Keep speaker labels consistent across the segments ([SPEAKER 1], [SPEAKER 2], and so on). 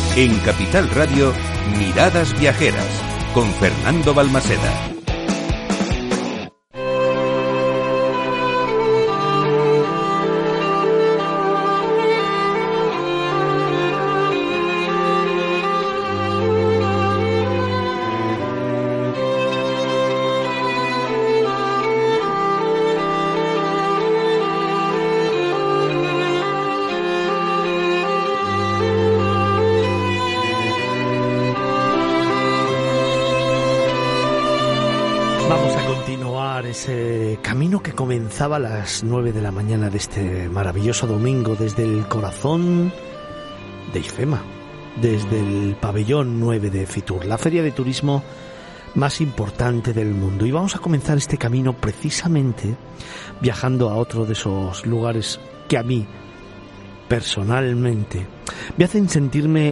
[SPEAKER 1] En Capital Radio, Miradas Viajeras, con Fernando Balmaseda.
[SPEAKER 2] Ese camino que comenzaba a las 9 de la mañana de este maravilloso domingo desde el corazón de IFEMA, desde el pabellón 9 de Fitur, la feria de turismo más importante del mundo. Y vamos a comenzar este camino precisamente viajando a otro de esos lugares que a mí personalmente me hacen sentirme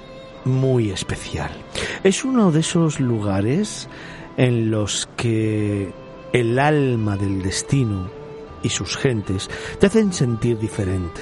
[SPEAKER 2] muy especial. Es uno de esos lugares en los que el alma del destino y sus gentes te hacen sentir diferente.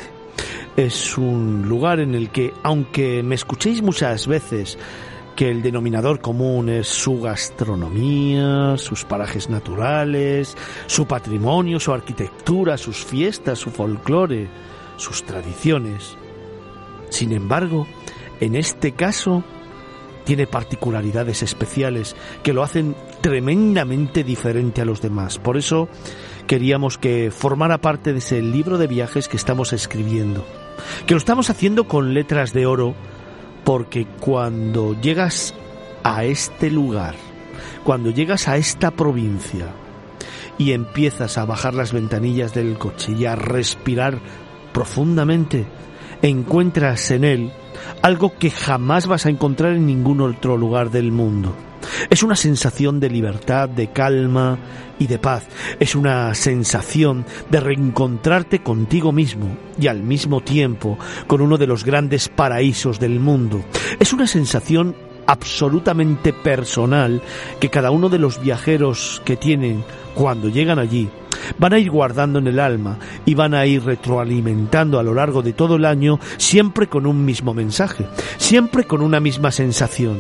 [SPEAKER 2] Es un lugar en el que, aunque me escuchéis muchas veces que el denominador común es su gastronomía, sus parajes naturales, su patrimonio, su arquitectura, sus fiestas, su folclore, sus tradiciones, sin embargo, en este caso tiene particularidades especiales que lo hacen tremendamente diferente a los demás. Por eso queríamos que formara parte de ese libro de viajes que estamos escribiendo, que lo estamos haciendo con letras de oro, porque cuando llegas a este lugar, cuando llegas a esta provincia y empiezas a bajar las ventanillas del coche y a respirar profundamente, encuentras en él algo que jamás vas a encontrar en ningún otro lugar del mundo. Es una sensación de libertad, de calma y de paz. Es una sensación de reencontrarte contigo mismo y al mismo tiempo con uno de los grandes paraísos del mundo. Es una sensación absolutamente personal que cada uno de los viajeros que tienen cuando llegan allí van a ir guardando en el alma y van a ir retroalimentando a lo largo de todo el año, siempre con un mismo mensaje, siempre con una misma sensación.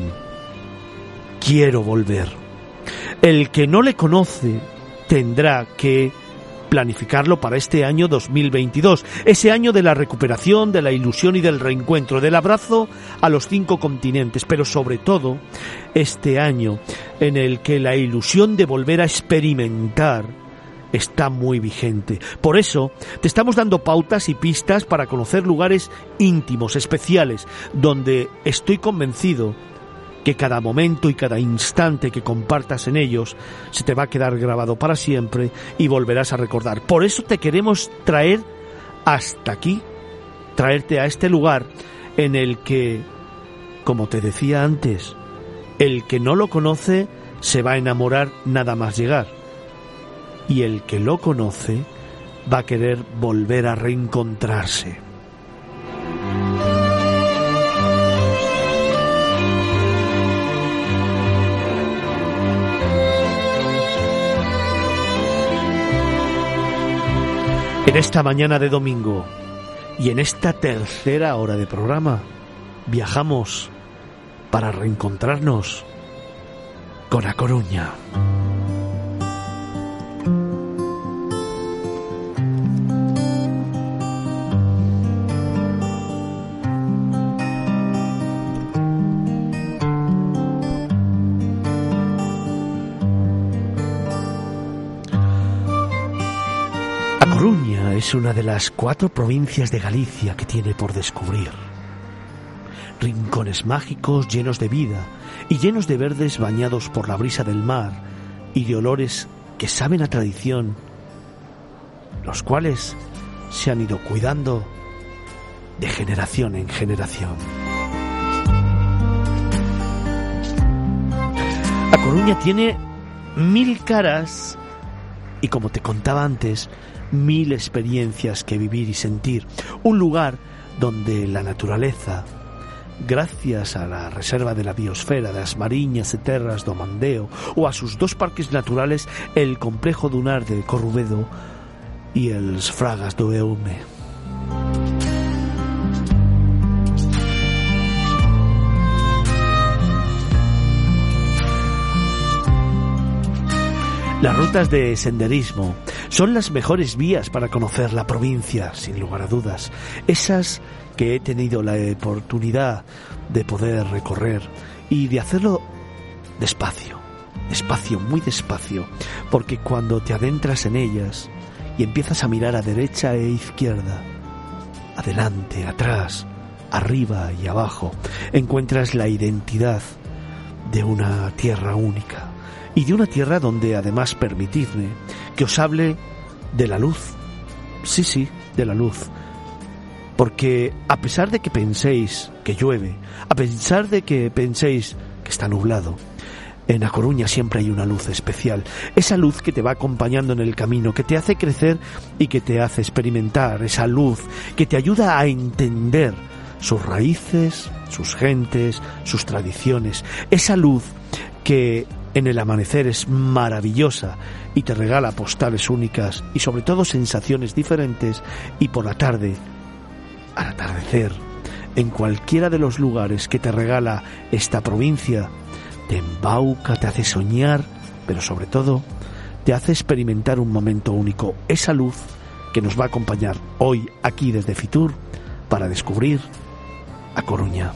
[SPEAKER 2] Quiero volver. El que no le conoce tendrá que planificarlo para este año 2022, ese año de la recuperación, de la ilusión y del reencuentro, del abrazo a los 5 continentes, pero sobre todo este año en el que la ilusión de volver a experimentar está muy vigente. Por eso te estamos dando pautas y pistas para conocer lugares íntimos, especiales, donde estoy convencido que cada momento y cada instante que compartas en ellos se te va a quedar grabado para siempre y volverás a recordar. Por eso te queremos traer hasta aquí, traerte a este lugar en el que, como te decía antes, el que no lo conoce se va a enamorar nada más llegar, y el que lo conoce va a querer volver a reencontrarse. En esta mañana de domingo y en esta tercera hora de programa viajamos para reencontrarnos con A Coruña. A Coruña es una de las 4 provincias de Galicia que tiene por descubrir. Rincones mágicos llenos de vida y llenos de verdes bañados por la brisa del mar y de olores que saben a tradición, los cuales se han ido cuidando de generación en generación. A Coruña tiene 1000 caras y, como te contaba antes, 1000 experiencias que vivir y sentir. Un lugar donde la naturaleza, gracias a la reserva de la biosfera das Mariñas e Terras do Mandeo o a sus 2 parques naturales, el complejo dunar de Corrubedo y els Fragas do Eume. Las rutas de senderismo son las mejores vías para conocer la provincia, sin lugar a dudas. Esas que he tenido la oportunidad de poder recorrer y de hacerlo despacio, muy despacio, porque cuando te adentras en ellas y empiezas a mirar a derecha e izquierda, adelante, atrás, arriba y abajo, encuentras la identidad de una tierra única y de una tierra donde, además, permitidme que os hable de la luz. Sí, de la luz. Porque a pesar de que penséis que llueve, a pesar de que penséis que está nublado, en A Coruña siempre hay una luz especial. Esa luz que te va acompañando en el camino, que te hace crecer y que te hace experimentar. Esa luz que te ayuda a entender sus raíces, sus gentes, sus tradiciones. Esa luz que en el amanecer es maravillosa y te regala postales únicas y sobre todo sensaciones diferentes, y por la tarde, al atardecer, en cualquiera de los lugares que te regala esta provincia, te embauca, te hace soñar, pero sobre todo te hace experimentar un momento único. Esa luz que nos va a acompañar hoy aquí desde Fitur para descubrir A Coruña.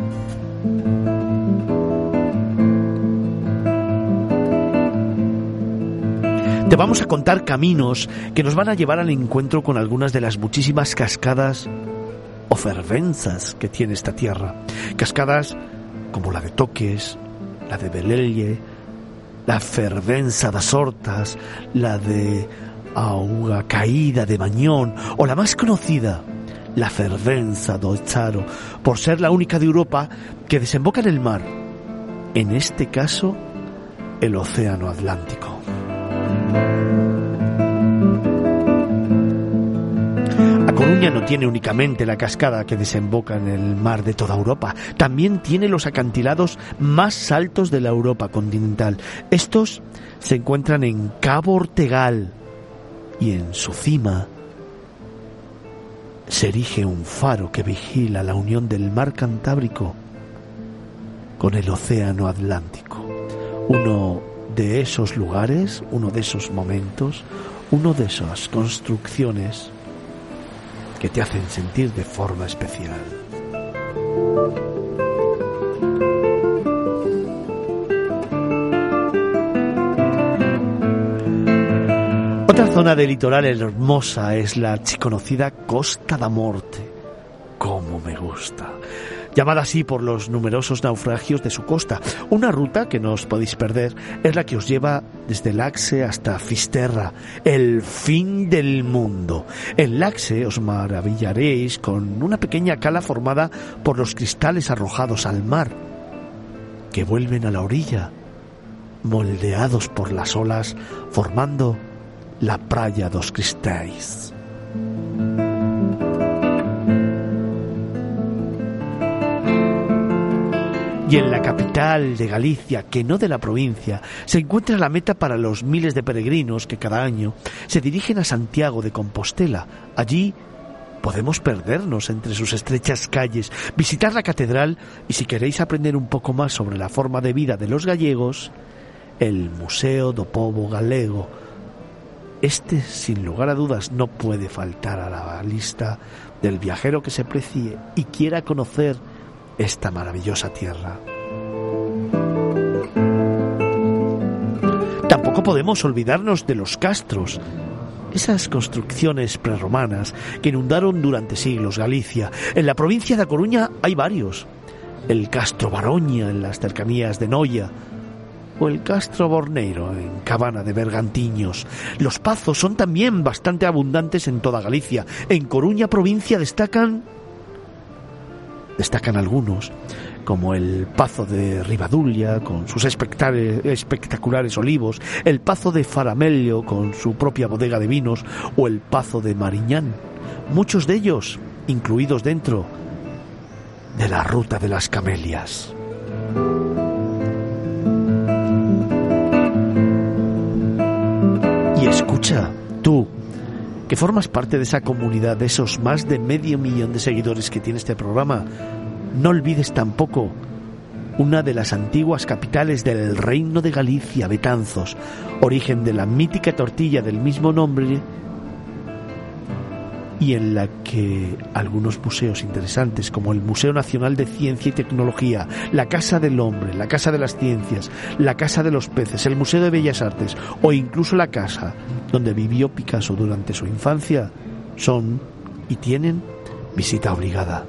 [SPEAKER 2] Te vamos a contar caminos que nos van a llevar al encuentro con algunas de las muchísimas cascadas o fervenzas que tiene esta tierra. Cascadas como la de Toques, la de Belelle, la fervenza das Hortas, la de Auga Caída de Mañón, o la más conocida, la fervenza do Charo, por ser la única de Europa que desemboca en el mar, en este caso el Océano Atlántico. A Coruña no tiene únicamente la cascada que desemboca en el mar de toda Europa, también tiene los acantilados más altos de la Europa continental. Estos se encuentran en Cabo Ortegal y en su cima se erige un faro que vigila la unión del mar Cantábrico con el Océano Atlántico. Uno de esos lugares, uno de esos momentos, uno de esas construcciones que te hacen sentir de forma especial. Otra zona de litoral hermosa es la archiconocida Costa da Morte. ¡Cómo me gusta! Llamada así por los numerosos naufragios de su costa. Una ruta que no os podéis perder es la que os lleva desde Laxe hasta Fisterra, el fin del mundo. En Laxe os maravillaréis con una pequeña cala formada por los cristales arrojados al mar, que vuelven a la orilla, moldeados por las olas, formando la Praia dos Cristais. Y en la capital de Galicia, que no de la provincia, se encuentra la meta para los miles de peregrinos que cada año se dirigen a Santiago de Compostela. Allí podemos perdernos entre sus estrechas calles, visitar la catedral y, si queréis aprender un poco más sobre la forma de vida de los gallegos, el Museo do Pobo Galego. Este, sin lugar a dudas, no puede faltar a la lista del viajero que se precie y quiera conocer esta maravillosa tierra. Tampoco podemos olvidarnos de los castros, esas construcciones prerromanas que inundaron durante siglos Galicia. En la provincia de A Coruña hay varios: el Castro Baroña en las cercanías de Noia, o el Castro Borneiro en Cabana de Bergantiños. Los pazos son también bastante abundantes en toda Galicia. En Coruña provincia destacan algunos, como el Pazo de Ribadulla, con sus espectaculares olivos, el Pazo de Faramello, con su propia bodega de vinos, o el Pazo de Mariñán, muchos de ellos incluidos dentro de la Ruta de las Camelias. Y escucha, tú, que formas parte de esa comunidad, de esos más de 500.000 de seguidores que tiene este programa, no olvides tampoco una de las antiguas capitales del Reino de Galicia, Betanzos, origen de la mítica tortilla del mismo nombre, y en la que algunos museos interesantes, como el Museo Nacional de Ciencia y Tecnología, la Casa del Hombre, la Casa de las Ciencias, la Casa de los Peces, el Museo de Bellas Artes o incluso la casa donde vivió Picasso durante su infancia, son y tienen visita obligada.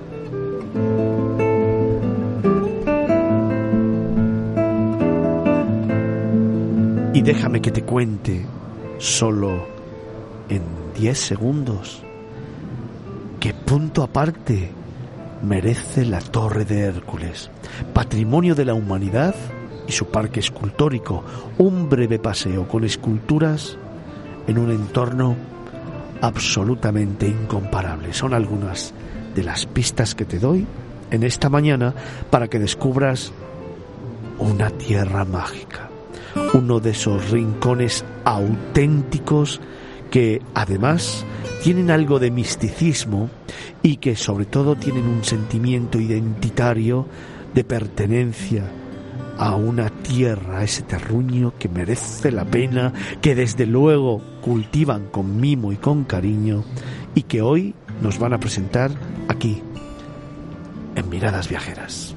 [SPEAKER 2] Y déjame que te cuente, solo en 10 segundos, qué punto aparte merece la Torre de Hércules, patrimonio de la humanidad, y su parque escultórico, un breve paseo con esculturas en un entorno absolutamente incomparable. Son algunas de las pistas que te doy en esta mañana para que descubras una tierra mágica, uno de esos rincones auténticos que además tienen algo de misticismo y que sobre todo tienen un sentimiento identitario de pertenencia a una tierra, a ese terruño que merece la pena, que desde luego cultivan con mimo y con cariño y que hoy nos van a presentar aquí, en Miradas Viajeras.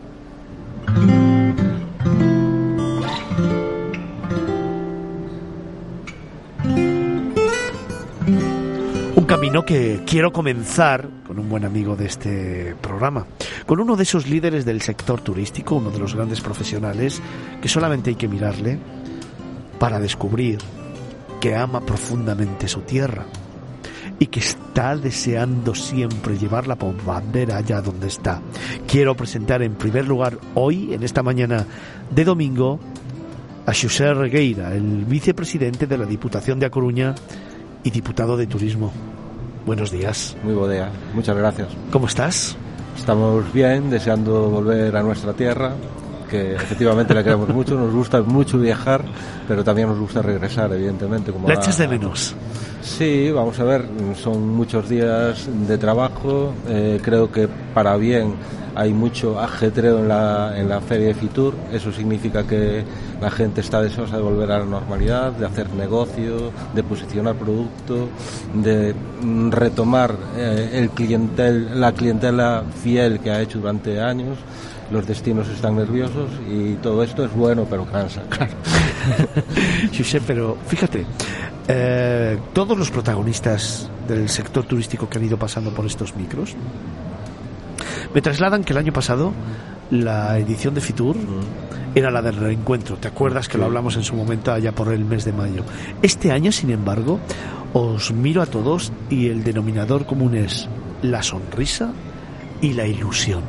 [SPEAKER 2] Un camino que quiero comenzar con un buen amigo de este programa, con uno de esos líderes del sector turístico, uno de los grandes profesionales que solamente hay que mirarle para descubrir que ama profundamente su tierra y que está deseando siempre llevarla por bandera allá donde está. Quiero presentar en primer lugar hoy, en esta mañana de domingo, a Xosé Regueira, el vicepresidente de la Diputación de A Coruña y diputado de Turismo. Buenos días.
[SPEAKER 3] Muy buen día, muchas gracias.
[SPEAKER 2] ¿Cómo estás?
[SPEAKER 3] Estamos bien, deseando volver a nuestra tierra, que efectivamente la queremos mucho, nos gusta mucho viajar, pero también nos gusta regresar, evidentemente.
[SPEAKER 2] ¿La echas de menos?
[SPEAKER 3] Sí, vamos a ver, son muchos días de trabajo, creo que para bien hay mucho ajetreo en la feria de Fitur, eso significa que la gente está deseosa de volver a la normalidad, de hacer negocio, de posicionar producto, de retomar la clientela fiel que ha hecho durante años. Los destinos están nerviosos y todo esto es bueno, pero cansa, claro.
[SPEAKER 2] Xosé, pero fíjate, todos los protagonistas del sector turístico que han ido pasando por estos micros me trasladan que el año pasado la edición de Fitur era la del reencuentro. ¿Te acuerdas que lo hablamos en su momento allá por el mes de mayo? Este año, sin embargo, os miro a todos y el denominador común es la sonrisa y la ilusión.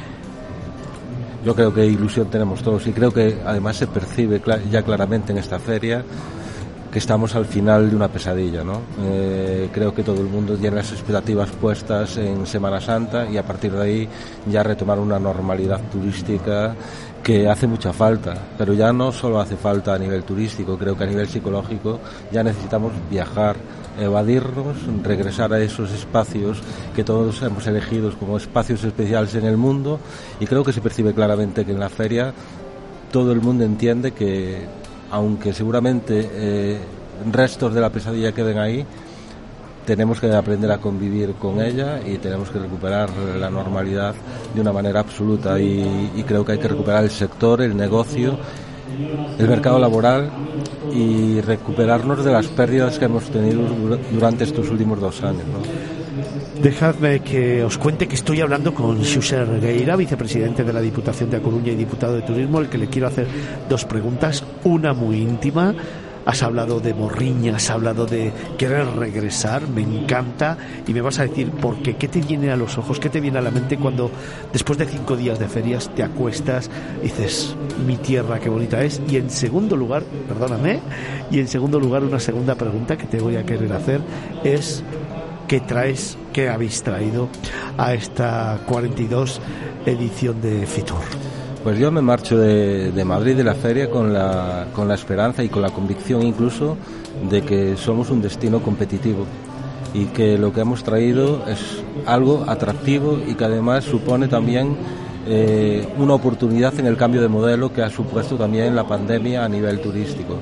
[SPEAKER 3] Yo creo que ilusión tenemos todos y creo que además se percibe ya claramente en esta feria que estamos al final de una pesadilla, ¿no? Creo que todo el mundo tiene las expectativas puestas en Semana Santa y a partir de ahí ya retomar una normalidad turística que hace mucha falta, pero ya no solo hace falta a nivel turístico, creo que a nivel psicológico ya necesitamos viajar, evadirnos, regresar a esos espacios que todos hemos elegido como espacios especiales en el mundo y creo que se percibe claramente que en la feria todo el mundo entiende que aunque seguramente restos de la pesadilla queden ahí, tenemos que aprender a convivir con ella y tenemos que recuperar la normalidad de una manera absoluta y creo que hay que recuperar el sector, el negocio, el mercado laboral y recuperarnos de las pérdidas que hemos tenido durante estos últimos 2 años, ¿no?
[SPEAKER 2] Dejadme que os cuente que estoy hablando con Xosé Regueira, vicepresidente de la Diputación de A Coruña y diputado de Turismo, al que le quiero hacer 2 preguntas, una muy íntima. Has hablado de morriña, has hablado de querer regresar, me encanta, y me vas a decir por qué. ¿Qué te viene a los ojos, qué te viene a la mente cuando después de 5 días de ferias te acuestas y dices, mi tierra, qué bonita es? Y en segundo lugar, una segunda pregunta que te voy a querer hacer es, ¿qué habéis traído a esta 42 edición de Fitur?
[SPEAKER 3] Pues yo me marcho de Madrid, de la feria, con la esperanza y con la convicción incluso de que somos un destino competitivo y que lo que hemos traído es algo atractivo y que además supone también una oportunidad en el cambio de modelo que ha supuesto también la pandemia a nivel turístico.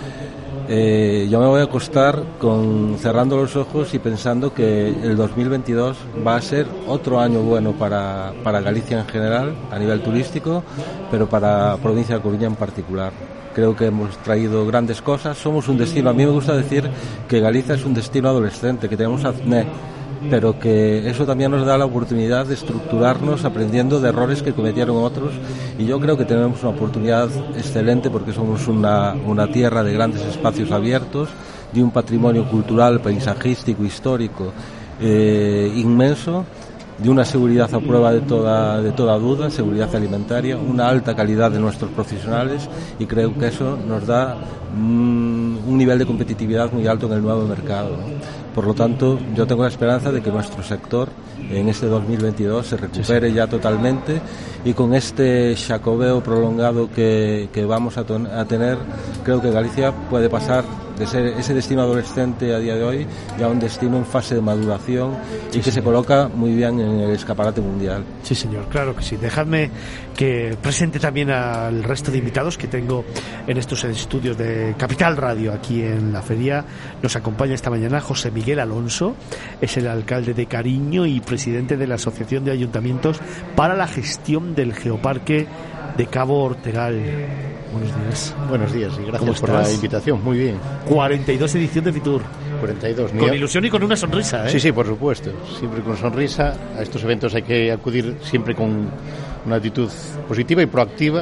[SPEAKER 3] Yo me voy a acostar cerrando los ojos y pensando que el 2022 va a ser otro año bueno para Galicia en general, a nivel turístico, pero para la provincia de Coruña en particular. Creo que hemos traído grandes cosas, somos un destino, a mí me gusta decir que Galicia es un destino adolescente, que tenemos acné, pero que eso también nos da la oportunidad de estructurarnos aprendiendo de errores que cometieron otros, y yo creo que tenemos una oportunidad excelente porque somos una tierra de grandes espacios abiertos, de un patrimonio cultural, paisajístico, histórico inmenso, de una seguridad a prueba de toda duda, seguridad alimentaria, una alta calidad de nuestros profesionales, y creo que eso nos da un nivel de competitividad muy alto en el nuevo mercado, ¿no? Por lo tanto, yo tengo la esperanza de que nuestro sector en este 2022 se recupere ya totalmente, y con este xacobeo prolongado que vamos a tener, creo que Galicia puede pasar de ser ese destino adolescente a día de hoy ya a un destino en fase de maduración y que se coloca muy bien en el escaparate mundial.
[SPEAKER 2] Sí, señor, claro que sí. Dejadme que presente también al resto de invitados que tengo en estos estudios de Capital Radio aquí en la feria. Nos acompaña esta mañana José Miguel Alonso, es el alcalde de Cariño y presidente de la Asociación de Ayuntamientos para la Gestión del Geoparque de Cabo Ortegal. Buenos días.
[SPEAKER 4] Buenos días y gracias por la invitación. Muy bien.
[SPEAKER 2] 42 edición de Fitur.
[SPEAKER 4] 42.
[SPEAKER 2] Con ilusión y con una sonrisa, ¿eh?
[SPEAKER 4] Sí, por supuesto. Siempre con sonrisa. A estos eventos hay que acudir siempre con una actitud positiva y proactiva.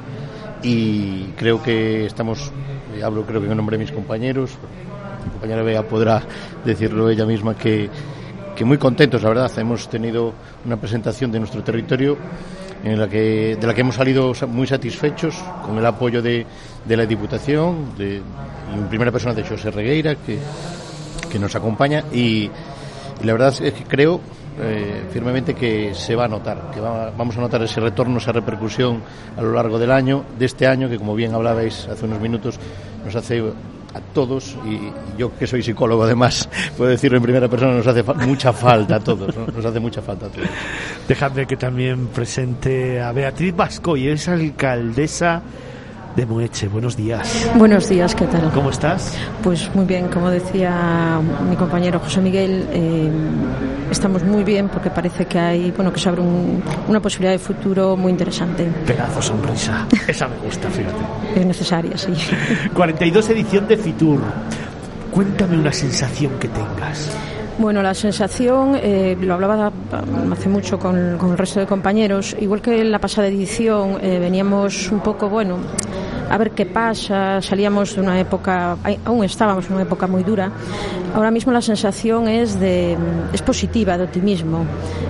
[SPEAKER 4] Y creo que estamos, creo que en nombre de mis compañeros, mi compañera Bea podrá decirlo ella misma, que muy contentos, la verdad. Hemos tenido una presentación de nuestro territorio de la que hemos salido muy satisfechos, con el apoyo de la Diputación, en primera persona de Xosé Regueira, que nos acompaña, y la verdad es que creo firmemente que se va a notar, que vamos a notar ese retorno, esa repercusión a lo largo del año, de este año, que como bien hablabais hace unos minutos, nos hace a todos, y yo que soy psicólogo además puedo decirlo en primera persona, nos hace mucha falta a todos, ¿no? Nos hace mucha falta a todos.
[SPEAKER 2] Dejadme que también presente a Beatriz Bascoy, es alcaldesa de Moeche. Buenos días.
[SPEAKER 5] Buenos días, ¿qué tal?
[SPEAKER 2] ¿Cómo estás?
[SPEAKER 5] Pues muy bien, como decía mi compañero José Miguel, estamos muy bien porque parece que hay, que se abre una posibilidad de futuro muy interesante.
[SPEAKER 2] Pedazo sonrisa, esa me gusta, fíjate.
[SPEAKER 5] Es necesaria, sí.
[SPEAKER 2] 42 edición de Fitur. Cuéntame una sensación que tengas.
[SPEAKER 5] Bueno, la sensación, lo hablaba hace mucho con el resto de compañeros, igual que en la pasada edición veníamos un poco, a ver qué pasa, salíamos de una época, aún estábamos en una época muy dura. Ahora mismo la sensación es positiva, de optimismo.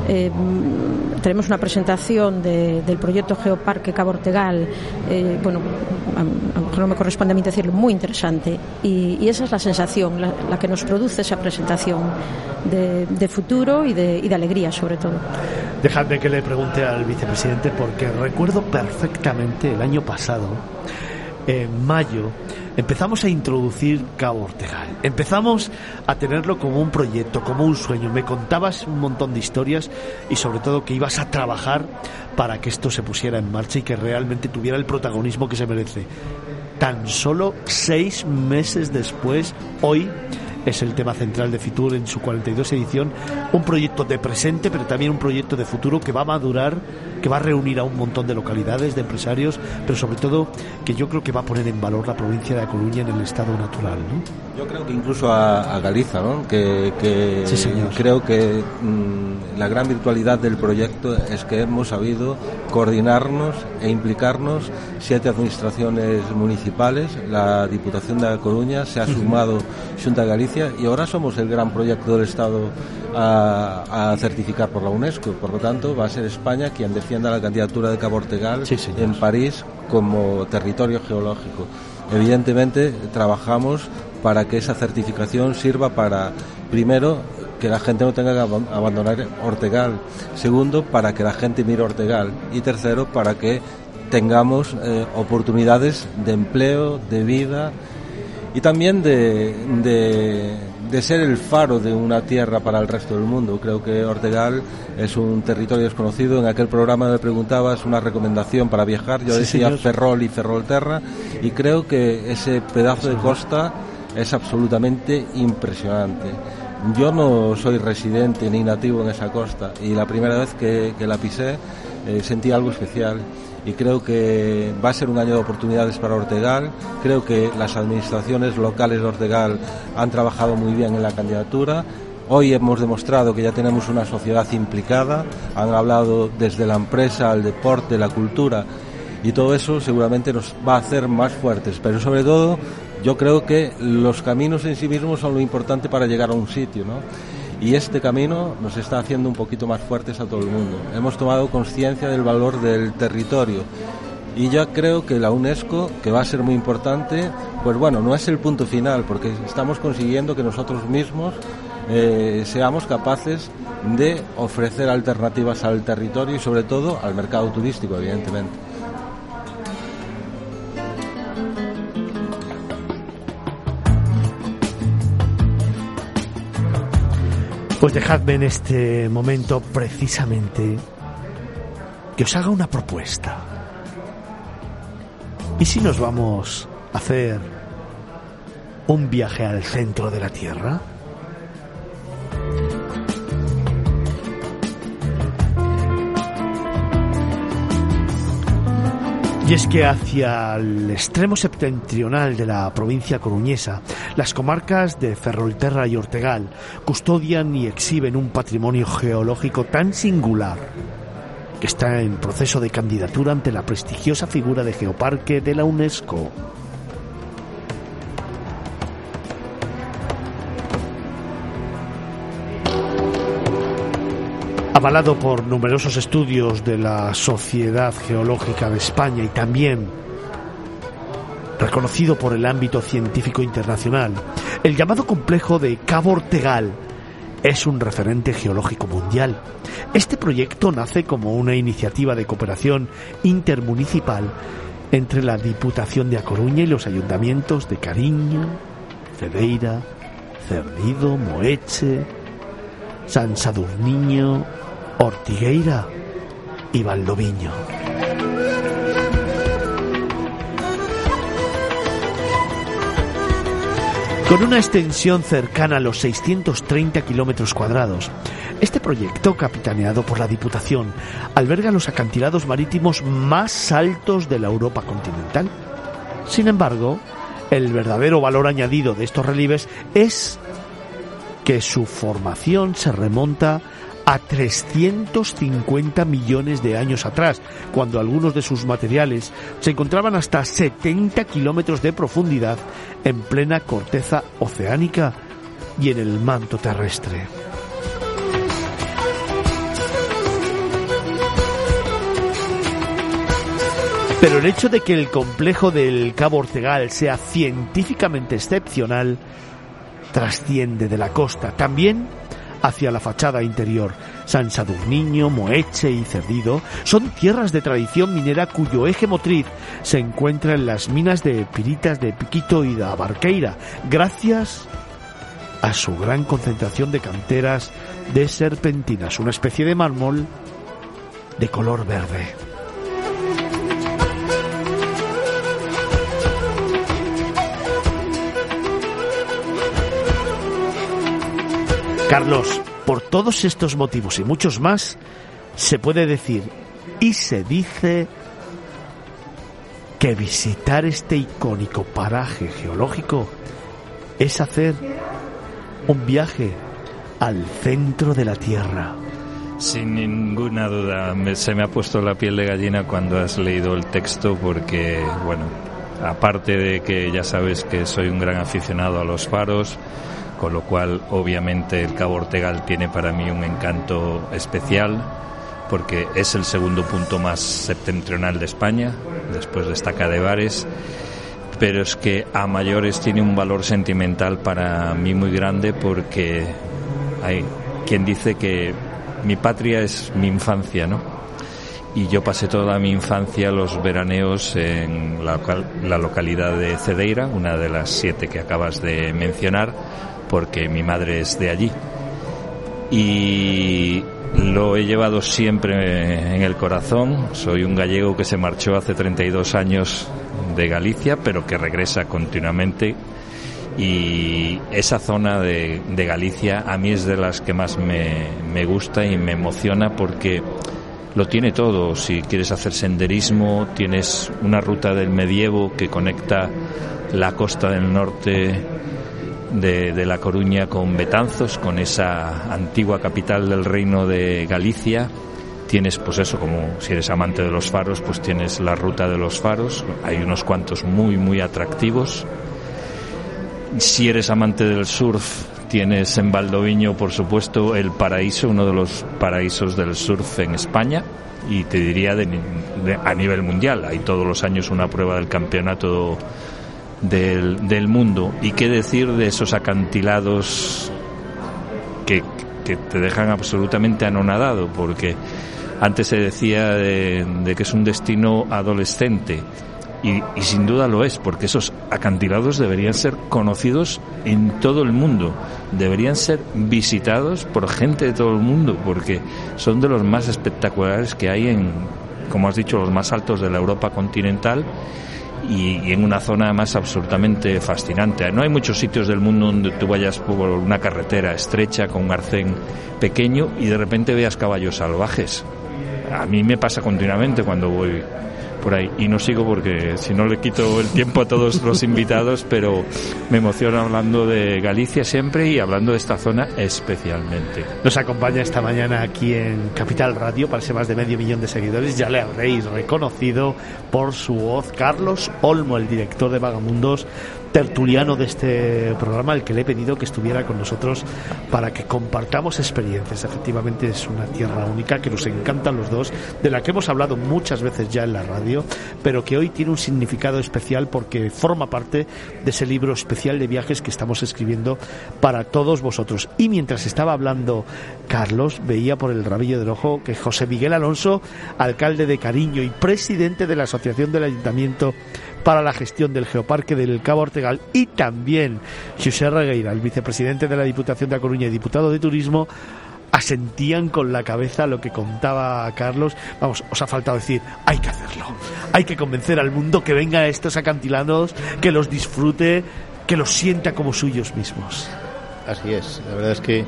[SPEAKER 5] Tenemos una presentación del proyecto Geoparque Cabo Ortegal, a lo mejor no me corresponde a mí decirlo, muy interesante, y esa es la sensación, la que nos produce esa presentación de futuro y de alegría, sobre todo.
[SPEAKER 2] Dejadme que le pregunte al vicepresidente, porque recuerdo perfectamente el año pasado, en mayo, empezamos a introducir Cabo Ortegal. Empezamos a tenerlo como un proyecto, como un sueño. Me contabas un montón de historias y sobre todo que ibas a trabajar para que esto se pusiera en marcha y que realmente tuviera el protagonismo que se merece. Tan solo 6 meses después, hoy es el tema central de Fitur en su 42 edición, un proyecto de presente, pero también un proyecto de futuro que va a madurar, que va a reunir a un montón de localidades, de empresarios, pero sobre todo que yo creo que va a poner en valor la provincia de A Coruña en el estado natural, ¿no?
[SPEAKER 3] Yo creo que incluso a Galiza, ¿no? Que
[SPEAKER 2] sí, señor.
[SPEAKER 3] Creo que la gran virtualidad del proyecto es que hemos sabido coordinarnos e implicarnos 7 administraciones municipales, la Diputación de A Coruña se ha sumado Xunta de Galicia, y ahora somos el gran proyecto del Estado a certificar por la UNESCO. Por lo tanto, va a ser España quien defienda la candidatura de Cabo Ortegal en París como territorio geológico. Evidentemente, trabajamos para que esa certificación sirva para, primero, que la gente no tenga que abandonar Ortegal; segundo, para que la gente mire Ortegal; y tercero, para que tengamos oportunidades de empleo, de vida, y también de ser el faro de una tierra para el resto del mundo. Creo que Ortegal es un territorio desconocido. En aquel programa me preguntabas una recomendación para viajar, yo decía señor. Ferrol y Ferrolterra, y creo que ese pedazo de costa es absolutamente impresionante. Yo no soy residente ni nativo en esa costa, y la primera vez que la pisé sentí algo especial. Y creo que va a ser un año de oportunidades para Ortegal. Creo que las administraciones locales de Ortegal han trabajado muy bien en la candidatura. Hoy hemos demostrado que ya tenemos una sociedad implicada. Han hablado desde la empresa, al deporte, la cultura, y todo eso seguramente nos va a hacer más fuertes. Pero sobre todo, yo creo que los caminos en sí mismos son lo importante para llegar a un sitio, ¿no? Y este camino nos está haciendo un poquito más fuertes a todo el mundo. Hemos tomado conciencia del valor del territorio. Y ya creo que la UNESCO, que va a ser muy importante, pues bueno, no es el punto final, porque estamos consiguiendo que nosotros mismos seamos capaces de ofrecer alternativas al territorio y sobre todo al mercado turístico, evidentemente.
[SPEAKER 2] Pues dejadme en este momento precisamente que os haga una propuesta. ¿Y si nos vamos a hacer un viaje al centro de la Tierra? Y es que hacia el extremo septentrional de la provincia coruñesa, las comarcas de Ferrolterra y Ortegal custodian y exhiben un patrimonio geológico tan singular que está en proceso de candidatura ante la prestigiosa figura de Geoparque de la UNESCO. Avalado por numerosos estudios de la Sociedad Geológica de España y también reconocido por el ámbito científico internacional, el llamado complejo de Cabo Ortegal es un referente geológico mundial. Este proyecto nace como una iniciativa de cooperación intermunicipal entre la Diputación de A Coruña y los ayuntamientos de Cariño, Cedeira, Cerdido, Moeche, San Sadurniño, Ortigueira y Valdoviño. Con una extensión cercana a los 630 kilómetros cuadrados, este proyecto, capitaneado por la Diputación, alberga los acantilados marítimos más altos de la Europa continental. Sin embargo, el verdadero valor añadido de estos relieves es que su formación se remonta a 350 millones de años atrás, cuando algunos de sus materiales se encontraban hasta 70 kilómetros de profundidad en plena corteza oceánica y en el manto terrestre. Pero el hecho de que el complejo del Cabo Ortegal sea científicamente excepcional trasciende de la costa también hacia la fachada interior. San Sadurniño, Moeche y Cerdido son tierras de tradición minera cuyo eje motriz se encuentra en las minas de piritas de Piquito y da Barqueira, gracias a su gran concentración de canteras de serpentinas, una especie de mármol de color verde. Carlos, por todos estos motivos y muchos más, se puede decir y se dice que visitar este icónico paraje geológico es hacer un viaje al centro de la Tierra.
[SPEAKER 6] Sin ninguna duda, se me ha puesto la piel de gallina cuando has leído el texto porque, bueno, aparte de que ya sabes que soy un gran aficionado a los faros, con lo cual obviamente el Cabo Ortegal tiene para mí un encanto especial porque es el segundo punto más septentrional de España, después de Estaca de Bares, pero es que a mayores tiene un valor sentimental para mí muy grande porque hay quien dice que mi patria es mi infancia, ¿no? Y yo pasé toda mi infancia, los veraneos, en la localidad de Cedeira, una de las 7 que acabas de mencionar, porque mi madre es de allí. Y lo he llevado siempre en el corazón. Soy un gallego que se marchó hace 32 años de Galicia, pero que regresa continuamente. Y esa zona de Galicia a mí es de las que más me gusta y me emociona, porque lo tiene todo. Si quieres hacer senderismo, tienes una ruta del medievo que conecta la costa del norte de La Coruña con Betanzos, con esa antigua capital del reino de Galicia. Tienes, pues eso, como si eres amante de los faros, pues tienes la ruta de los faros. Hay unos cuantos muy, muy atractivos. Si eres amante del surf, tienes en Valdoviño, por supuesto, el Paraíso, uno de los paraísos del surf en España, y te diría a nivel mundial. Hay todos los años una prueba del campeonato del mundo. Y qué decir de esos acantilados que te dejan absolutamente anonadado, porque antes se decía de que es un destino adolescente. Y sin duda lo es, porque esos acantilados deberían ser conocidos en todo el mundo, deberían ser visitados por gente de todo el mundo, porque son de los más espectaculares que hay como has dicho, los más altos de la Europa continental, y en una zona más absolutamente fascinante. No hay muchos sitios del mundo donde tú vayas por una carretera estrecha con un arcén pequeño y de repente veas caballos salvajes. A mí me pasa continuamente cuando voy por ahí, y no sigo porque si no le quito el tiempo a todos los invitados, pero me emociona hablando de Galicia siempre y hablando de esta zona especialmente.
[SPEAKER 2] Nos acompaña esta mañana aquí en Capital Radio, para ser más de 500.000 de seguidores. Ya le habréis reconocido por su voz, Carlos Olmo, el director de Vagamundos, tertuliano de este programa, al que le he pedido que estuviera con nosotros para que compartamos experiencias. Efectivamente es una tierra única que nos encantan los dos, de la que hemos hablado muchas veces ya en la radio, pero que hoy tiene un significado especial porque forma parte de ese libro especial de viajes que estamos escribiendo para todos vosotros. Y mientras estaba hablando Carlos, veía por el rabillo del ojo que José Miguel Alonso, alcalde de Cariño y presidente de la Asociación del Ayuntamiento para la Gestión del Geoparque del Cabo Ortegal, y también Xosé Regueira, el vicepresidente de la Diputación de A Coruña y diputado de Turismo, asentían con la cabeza lo que contaba Carlos. Vamos, os ha faltado decir, hay que hacerlo, hay que convencer al mundo que venga a estos acantilados, que los disfrute, que los sienta como suyos mismos.
[SPEAKER 4] Así es, la verdad es que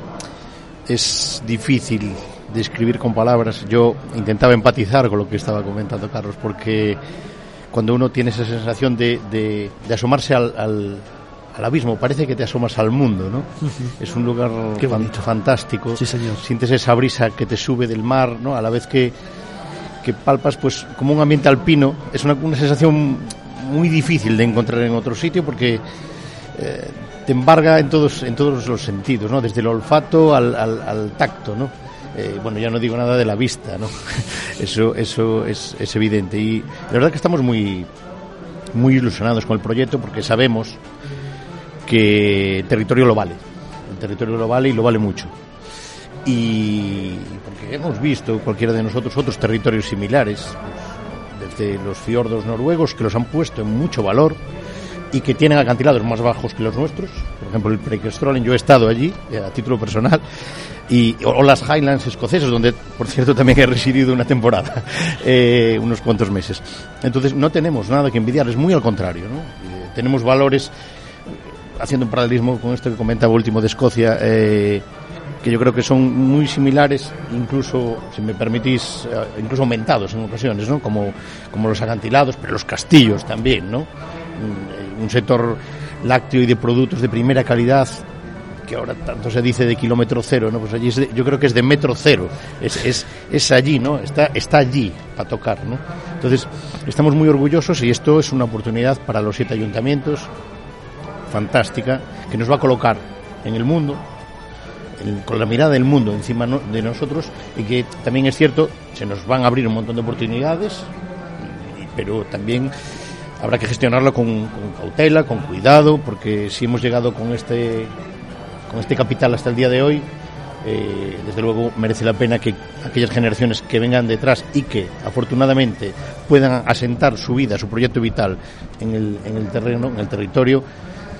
[SPEAKER 4] es difícil describir con palabras. Yo intentaba empatizar con lo que estaba comentando Carlos, porque cuando uno tiene esa sensación de asomarse al abismo, parece que te asomas al mundo, ¿no? Es un lugar fantástico.
[SPEAKER 2] Sí, señor.
[SPEAKER 4] Sientes esa brisa que te sube del mar, ¿no? A la vez que palpas, pues, como un ambiente alpino. Es una sensación muy difícil de encontrar en otro sitio, porque te embarga en todos los sentidos, ¿no? Desde el olfato al tacto, ¿no? Bueno, ya no digo nada de la vista, ¿no? Eso es evidente. Y la verdad que estamos muy, muy ilusionados con el proyecto, porque sabemos que el territorio lo vale. El territorio lo vale, y lo vale mucho. Y porque hemos visto, cualquiera de nosotros, otros territorios similares, pues, desde los fiordos noruegos, que los han puesto en mucho valor y que tienen acantilados más bajos que los nuestros. Por ejemplo, el Preikestolen, yo he estado allí a título personal, o las Highlands escocesas, donde por cierto también he residido una temporada, unos cuantos meses. Entonces no tenemos nada que envidiar, es muy al contrario, ¿no? Tenemos valores, haciendo un paralelismo con esto que comentaba último de Escocia, que yo creo que son muy similares, incluso, si me permitís, incluso aumentados en ocasiones, ¿no? Como los acantilados, pero los castillos también, ¿no? Un sector lácteo y de productos de primera calidad, que ahora tanto se dice de kilómetro cero, ¿no? Pues allí yo creo que es de metro cero, es allí, ¿no? Está allí para tocar, ¿no? Entonces estamos muy orgullosos, y esto es una oportunidad para los 7 ayuntamientos fantástica, que nos va a colocar en el mundo, con la mirada del mundo encima de nosotros, y que también es cierto, se nos van a abrir un montón de oportunidades, pero también habrá que gestionarlo con cautela, con cuidado, porque si hemos llegado con este capital hasta el día de hoy, desde luego merece la pena que aquellas generaciones que vengan detrás y que afortunadamente puedan asentar su vida, su proyecto vital en el terreno, en el territorio,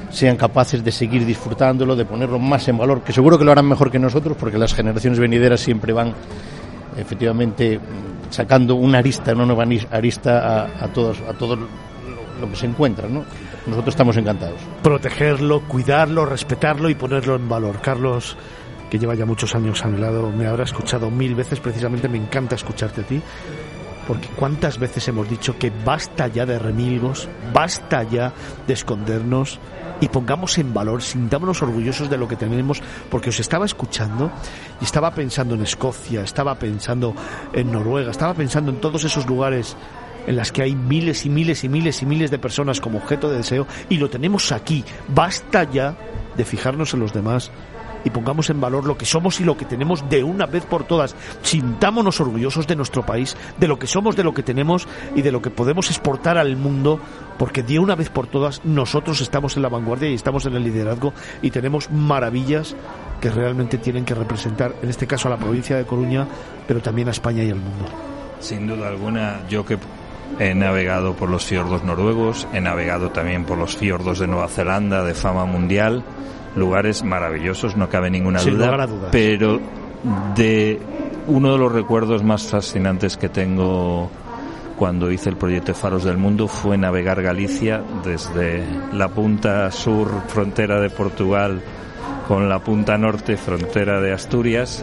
[SPEAKER 4] sean capaces de seguir disfrutándolo, de ponerlo más en valor, que seguro que lo harán mejor que nosotros, porque las generaciones venideras siempre van efectivamente sacando una nueva arista a todo lo que se encuentra, ¿no? Nosotros estamos encantados.
[SPEAKER 2] Protegerlo, cuidarlo, respetarlo y ponerlo en valor. Carlos, que lleva ya muchos años a mi lado, me habrá escuchado 1000 veces, precisamente me encanta escucharte a ti, porque cuántas veces hemos dicho que basta ya de remilgos, basta ya de escondernos y pongamos en valor, sintámonos orgullosos de lo que tenemos, porque os estaba escuchando y estaba pensando en Escocia, estaba pensando en Noruega, estaba pensando en todos esos lugares en las que hay miles y miles y miles y miles de personas como objeto de deseo, y lo tenemos aquí. Basta ya de fijarnos en los demás y pongamos en valor lo que somos y lo que tenemos de una vez por todas. Sintámonos orgullosos de nuestro país, de lo que somos, de lo que tenemos y de lo que podemos exportar al mundo, porque de una vez por todas nosotros estamos en la vanguardia y estamos en el liderazgo y tenemos maravillas que realmente tienen que representar, en este caso a la provincia de Coruña, pero también a España y al mundo.
[SPEAKER 6] Sin duda alguna, yo que he navegado por los fiordos noruegos, he navegado también por los fiordos de Nueva Zelanda, de fama mundial, lugares maravillosos, no cabe ninguna duda, pero de uno de los recuerdos más fascinantes que tengo cuando hice el proyecto Faros del Mundo fue navegar Galicia desde la punta sur, frontera de Portugal, con la punta norte, frontera de Asturias,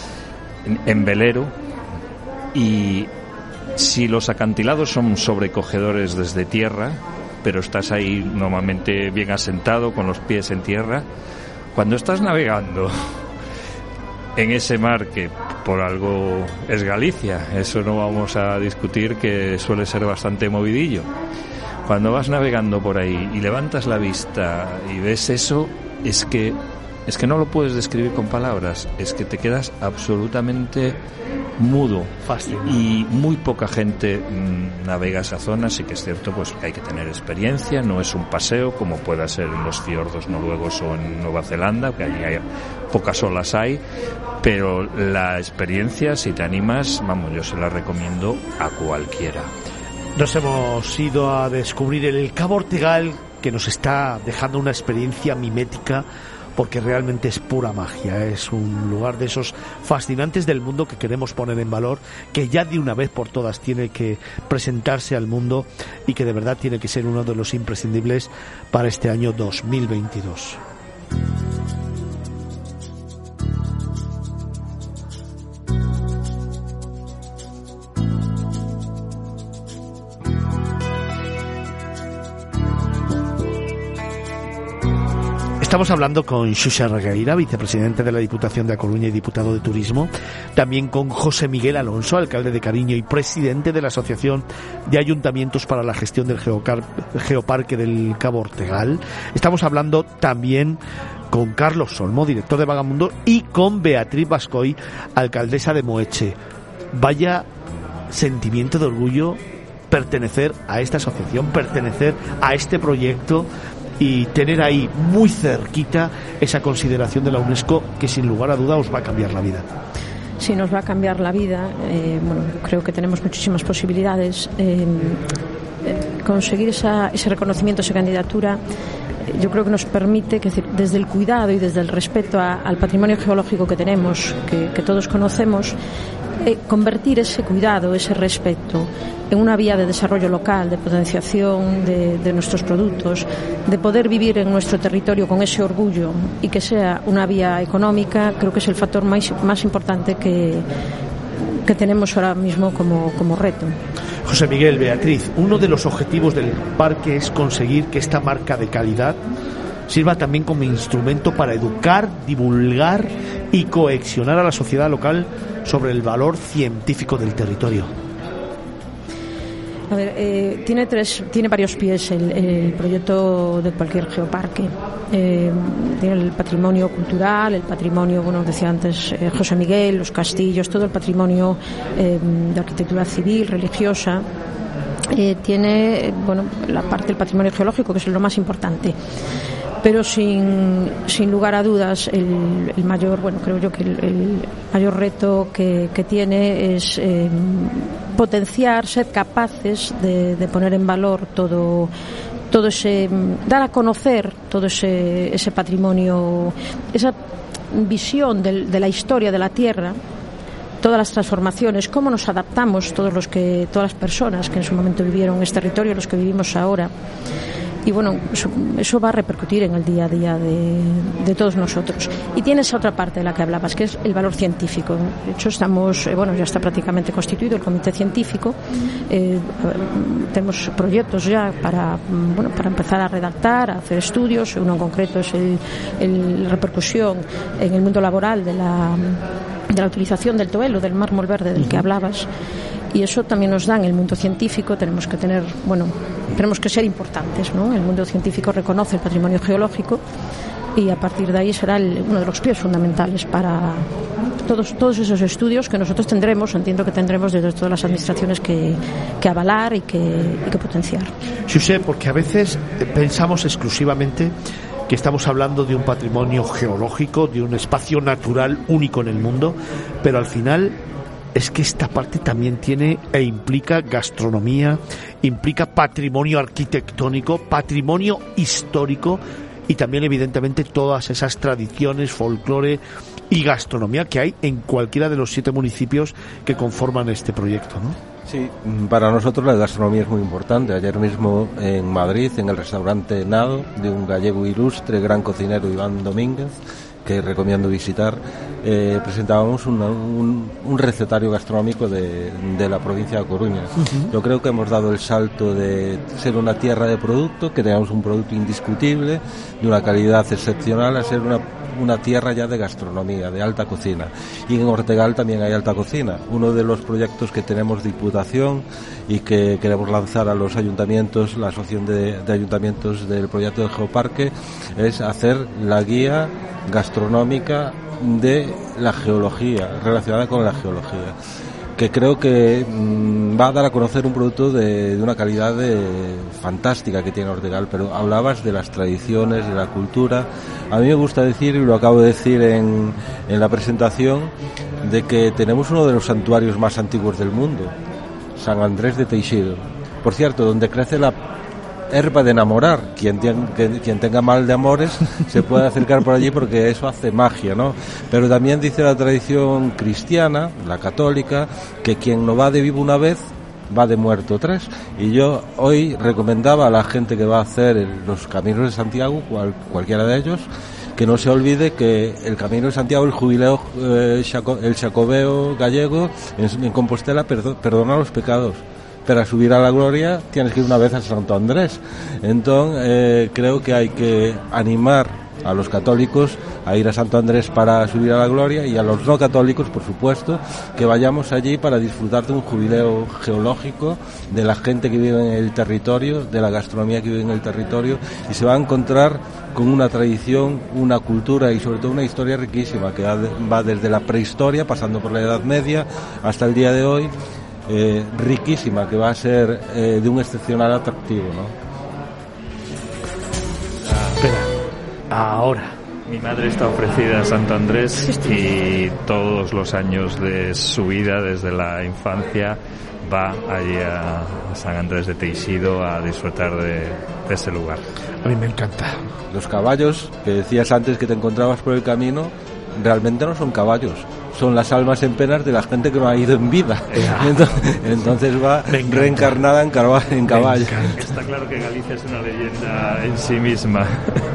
[SPEAKER 6] en velero. Y si los acantilados son sobrecogedores desde tierra, pero estás ahí normalmente bien asentado, con los pies en tierra, cuando estás navegando en ese mar que por algo es Galicia, eso no vamos a discutir, que suele ser bastante movidillo, cuando vas navegando por ahí y levantas la vista y ves eso, es que no lo puedes describir con palabras, es que te quedas absolutamente mudo.
[SPEAKER 2] Fascinante.
[SPEAKER 6] Y muy poca gente navega esa zona. Sí que es cierto, pues que hay que tener experiencia, no es un paseo como pueda ser en los fiordos noruegos o en Nueva Zelanda, que allí hay pocas olas hay, pero la experiencia, si te animas, vamos, yo se la recomiendo a cualquiera.
[SPEAKER 2] Nos hemos ido a descubrir el Cabo Ortegal, que nos está dejando una experiencia mimética, porque realmente es pura magia. Es un lugar de esos fascinantes del mundo que queremos poner en valor, que ya de una vez por todas tiene que presentarse al mundo y que de verdad tiene que ser uno de los imprescindibles para este año 2022. Estamos hablando con Xuxa Regueira, vicepresidente de la Diputación de A Coruña y diputado de Turismo, también con José Miguel Alonso, alcalde de Cariño y presidente de la Asociación de Ayuntamientos para la Gestión del Geoparque del Cabo Ortegal. Estamos hablando también con Carlos Solmo, director de Vagamundo, y con Beatriz Bascoy, alcaldesa de Moeche. Vaya sentimiento de orgullo pertenecer a esta asociación, pertenecer a este proyecto y tener ahí muy cerquita esa consideración de la UNESCO, que sin lugar a duda os va a cambiar la vida.
[SPEAKER 5] Sí, nos va a cambiar la vida. Bueno, creo que tenemos muchísimas posibilidades. Conseguir ese reconocimiento, esa candidatura, yo creo que nos permite, que desde el cuidado y desde el respeto al patrimonio geológico que tenemos, que todos conocemos, convertir ese cuidado, ese respeto en una vía de desarrollo local, de potenciación de nuestros productos, de poder vivir en nuestro territorio con ese orgullo y que sea una vía económica. Creo que es el factor más importante que tenemos ahora mismo como reto.
[SPEAKER 2] José Miguel, Beatriz, uno de los objetivos del parque es conseguir que esta marca de calidad sirva también como instrumento para educar, divulgar y cohesionar a la sociedad local sobre el valor científico del territorio.
[SPEAKER 5] A ver, tiene varios pies el proyecto de cualquier geoparque. Tiene el patrimonio cultural, el patrimonio, bueno, decía antes José Miguel, los castillos, todo el patrimonio de arquitectura civil, religiosa. Tiene, bueno, la parte del patrimonio geológico, que es lo más importante. Pero sin lugar a dudas, el mayor, bueno, creo yo que el mayor reto que tiene es potenciar, ser capaces de poner en valor todo todo ese, dar a conocer todo ese patrimonio, esa visión de la historia de la tierra, todas las transformaciones, cómo nos adaptamos todas las personas que en su momento vivieron en este territorio, los que vivimos ahora. Y bueno, eso va a repercutir en el día a día de todos nosotros. Y tiene esa otra parte de la que hablabas, que es el valor científico. De hecho, ya está prácticamente constituido el comité científico. Tenemos proyectos ya para empezar a redactar, a hacer estudios. Uno en concreto es la repercusión en el mundo laboral de la utilización del toelo, del mármol verde del que hablabas. Y eso también nos da en el mundo científico. Tenemos que ser importantes, ¿no? El mundo científico reconoce el patrimonio geológico y a partir de ahí será uno de los pies fundamentales para todos esos estudios que nosotros entiendo que tendremos desde todas las administraciones que avalar y que potenciar.
[SPEAKER 2] Xosé, porque a veces pensamos exclusivamente que estamos hablando de un patrimonio geológico, de un espacio natural único en el mundo, pero al final es que esta parte también tiene e implica gastronomía, implica patrimonio arquitectónico, patrimonio histórico y también evidentemente todas esas tradiciones, folclore y gastronomía que hay en cualquiera de los 7 municipios que conforman este proyecto, ¿no?
[SPEAKER 3] Sí, para nosotros la gastronomía es muy importante. Ayer mismo en Madrid, en el restaurante Nado, de un gallego ilustre, gran cocinero, Iván Domínguez, que recomiendo visitar, presentábamos un recetario gastronómico de la provincia de Coruña. Yo creo que hemos dado el salto de ser una tierra de producto, que tengamos un producto indiscutible, de una calidad excepcional, a ser una tierra ya de gastronomía, de alta cocina. Y en Ortegal también hay alta cocina. Uno de los proyectos que tenemos de Diputación y que queremos lanzar a los ayuntamientos, la asociación de ayuntamientos del proyecto del Geoparque, es hacer la guía gastronómica de la geología, relacionada con la geología, que creo que va a dar a conocer un producto de una calidad fantástica que tiene Ortegal. Pero hablabas de las tradiciones, de la cultura. A mí me gusta decir, y lo acabo de decir en la presentación, de que tenemos uno de los santuarios más antiguos del mundo, San Andrés de Teixido. Por cierto, donde crece la herba de enamorar. Quien tenga mal de amores se puede acercar por allí porque eso hace magia, ¿no? Pero también dice la tradición cristiana, la católica, que quien no va de vivo una vez va de muerto 3. Y yo hoy recomendaba a la gente que va a hacer los caminos de Santiago, cualquiera de ellos, que no se olvide que el Camino de Santiago, el jubileo, el Xacobeo gallego en Compostela perdona los pecados. Para subir a la gloria tienes que ir una vez a Santo Andrés. Entonces creo que hay que animar a los católicos a ir a Santo Andrés para subir a la gloria, y a los no católicos, por supuesto, que vayamos allí para disfrutar de un jubileo geológico, de la gente que vive en el territorio, de la gastronomía que vive en el territorio, y se va a encontrar con una tradición, una cultura y sobre todo una historia riquísima que va desde la prehistoria, pasando por la Edad Media hasta el día de hoy. Riquísima, que va a ser de un excepcional atractivo, ¿no?
[SPEAKER 2] Espera, ahora
[SPEAKER 6] mi madre está ofrecida a Santo Andrés y todos los años de su vida, desde la infancia, va allí a San Andrés de Teixido a disfrutar de ese lugar.
[SPEAKER 2] A mí me encanta.
[SPEAKER 3] Los caballos que decías antes que te encontrabas por el camino realmente no son caballos, son las almas en penas de la gente que no ha ido en vida. Entonces va reencarnada en caballo.
[SPEAKER 6] Está claro que Galicia es una leyenda en sí misma.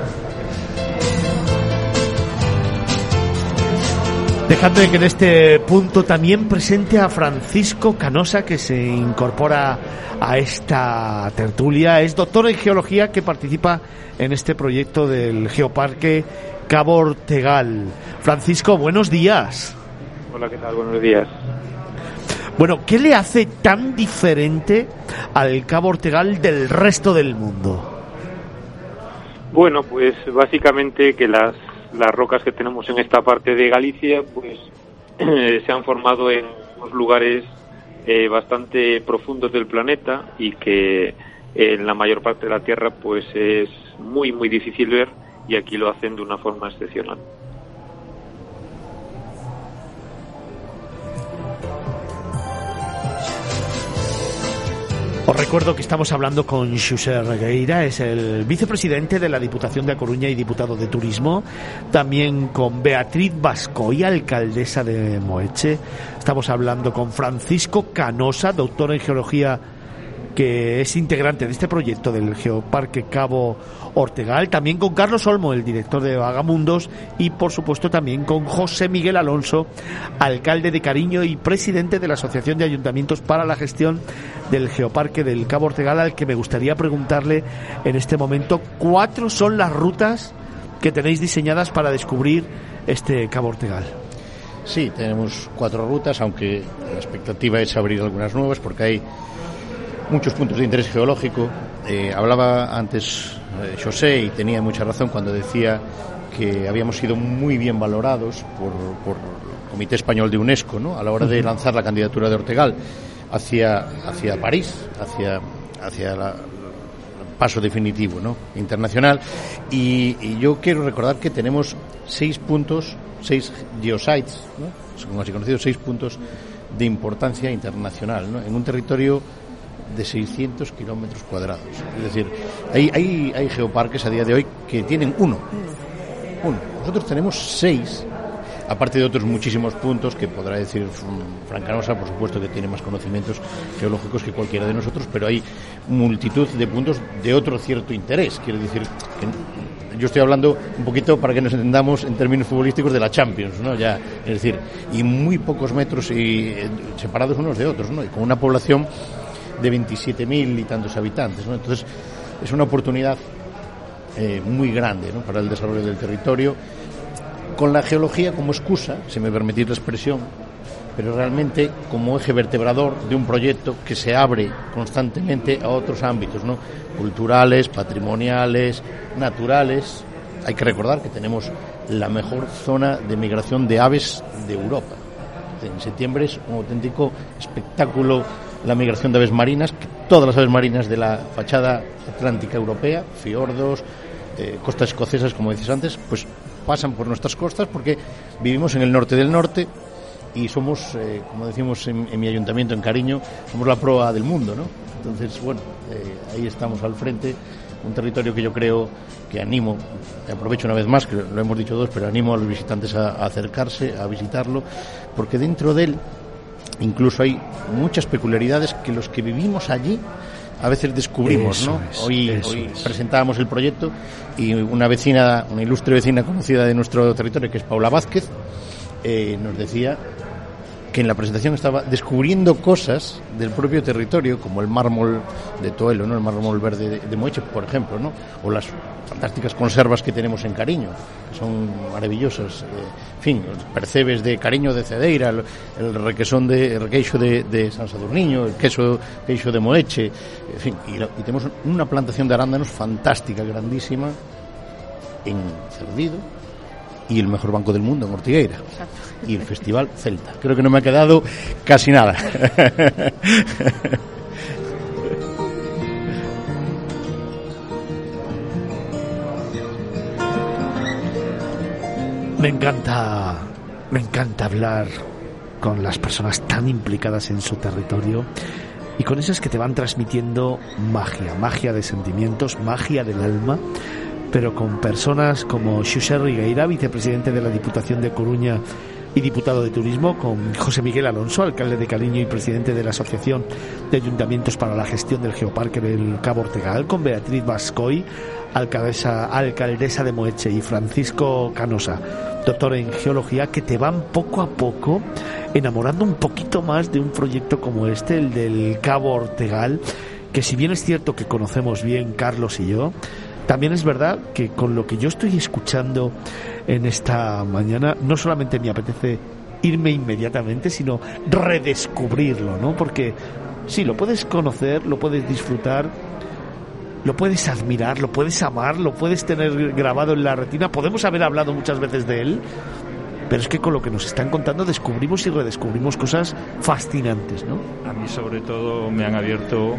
[SPEAKER 2] Dejadme que en este punto también presente a Francisco Canosa, que se incorpora a esta tertulia. Es doctor en geología que participa en este proyecto del Geoparque Cabo Ortegal. Francisco, buenos días.
[SPEAKER 7] Hola, ¿qué tal? Buenos días.
[SPEAKER 2] Bueno, ¿qué le hace tan diferente al Cabo Ortegal del resto del mundo?
[SPEAKER 7] Bueno, pues básicamente que las rocas que tenemos en esta parte de Galicia pues se han formado en unos lugares bastante profundos del planeta y que en la mayor parte de la Tierra pues es muy muy difícil ver, y aquí lo hacen de una forma excepcional.
[SPEAKER 2] Os recuerdo que estamos hablando con Xosé Regueira, es el vicepresidente de la Diputación de A Coruña y diputado de Turismo, también con Beatriz Bascoy, alcaldesa de Moeche. Estamos hablando con Francisco Canosa, doctor en Geología, que es integrante de este proyecto del Geoparque Cabo Ortegal, también con Carlos Olmo, el director de Vagamundos, y por supuesto también con José Miguel Alonso, alcalde de Cariño y presidente de la Asociación de Ayuntamientos para la Gestión del Geoparque del Cabo Ortegal, al que me gustaría preguntarle en este momento 4 son las rutas que tenéis diseñadas para descubrir este Cabo Ortegal.
[SPEAKER 4] Sí, tenemos 4 rutas, aunque la expectativa es abrir algunas nuevas porque hay muchos puntos de interés geológico. Hablaba antes José, y tenía mucha razón cuando decía que habíamos sido muy bien valorados por el Comité Español de UNESCO, ¿no?, a la hora de lanzar la candidatura de Ortegal hacia París, hacia el paso definitivo, ¿no?, internacional. Y yo quiero recordar que tenemos 6 puntos, 6 geosites, ¿no?, son así conocidos, 6 puntos de importancia internacional, ¿no?, en un territorio de 600 kilómetros cuadrados. Es decir, hay geoparques a día de hoy que tienen uno. Nosotros tenemos 6, aparte de otros muchísimos puntos que podrá decir Fran Canosa, por supuesto, que tiene más conocimientos geológicos que cualquiera de nosotros, pero hay multitud de puntos de otro cierto interés. Quiero decir que yo estoy hablando un poquito, para que nos entendamos en términos futbolísticos, de la Champions, ¿no? Ya, es decir, y muy pocos metros y separados unos de otros, ¿no?, y con una población de 27.000 y tantos habitantes, ¿no? Entonces es una oportunidad muy grande, ¿no?, para el desarrollo del territorio, con la geología como excusa, si me permitís la expresión, pero realmente como eje vertebrador de un proyecto que se abre constantemente a otros ámbitos, ¿no?, culturales, patrimoniales, naturales. Hay que recordar que tenemos la mejor zona de migración de aves de Europa. En septiembre es un auténtico espectáculo la migración de aves marinas, que todas las aves marinas de la fachada atlántica europea, fiordos, costas escocesas, como dices antes, pues pasan por nuestras costas porque vivimos en el norte del norte y somos, como decimos en mi ayuntamiento, en Cariño, somos la proa del mundo, ¿no? Entonces, bueno, ahí estamos al frente, un territorio que yo creo que animo, aprovecho una vez más, que lo hemos dicho todos, pero animo a los visitantes a acercarse, a visitarlo, porque dentro de él incluso hay muchas peculiaridades que los que vivimos allí a veces descubrimos, ¿no? Hoy presentábamos el proyecto y una ilustre vecina conocida de nuestro territorio, que es Paula Vázquez, nos decía que en la presentación estaba descubriendo cosas del propio territorio, como el mármol de Toelo, ¿no?, el mármol verde de Moeche, por ejemplo, ¿no?, o las fantásticas conservas que tenemos en Cariño, que son maravillosas. En fin, los percebes de Cariño de Cedeira, el requeixo de San Sadurniño, el queixo de Moeche, en fin, y tenemos una plantación de arándanos fantástica, grandísima, en Cerdido, y el mejor banco del mundo en Ortigueira. Exacto. Y el Festival Celta. Creo que no me ha quedado casi nada.
[SPEAKER 2] Me encanta hablar con las personas tan implicadas en su territorio y con esas que te van transmitiendo magia de sentimientos, magia del alma, pero con personas como Xosé Regueira, vicepresidente de la Diputación de Coruña y diputado de Turismo, con José Miguel Alonso, alcalde de Cariño y presidente de la Asociación de Ayuntamientos para la Gestión del Geoparque del Cabo Ortegal, con Beatriz Bascoy, alcaldesa de Moeche, y Francisco Canosa, doctor en Geología, que te van poco a poco enamorando un poquito más de un proyecto como este, el del Cabo Ortegal, que si bien es cierto que conocemos bien Carlos y yo, también es verdad que con lo que yo estoy escuchando en esta mañana, no solamente me apetece irme inmediatamente, sino redescubrirlo, ¿no? Porque sí, lo puedes conocer, lo puedes disfrutar, lo puedes admirar, lo puedes amar, lo puedes tener grabado en la retina, podemos haber hablado muchas veces de él, pero es que con lo que nos están contando descubrimos y redescubrimos cosas fascinantes, ¿no?
[SPEAKER 6] A mí sobre todo me han abierto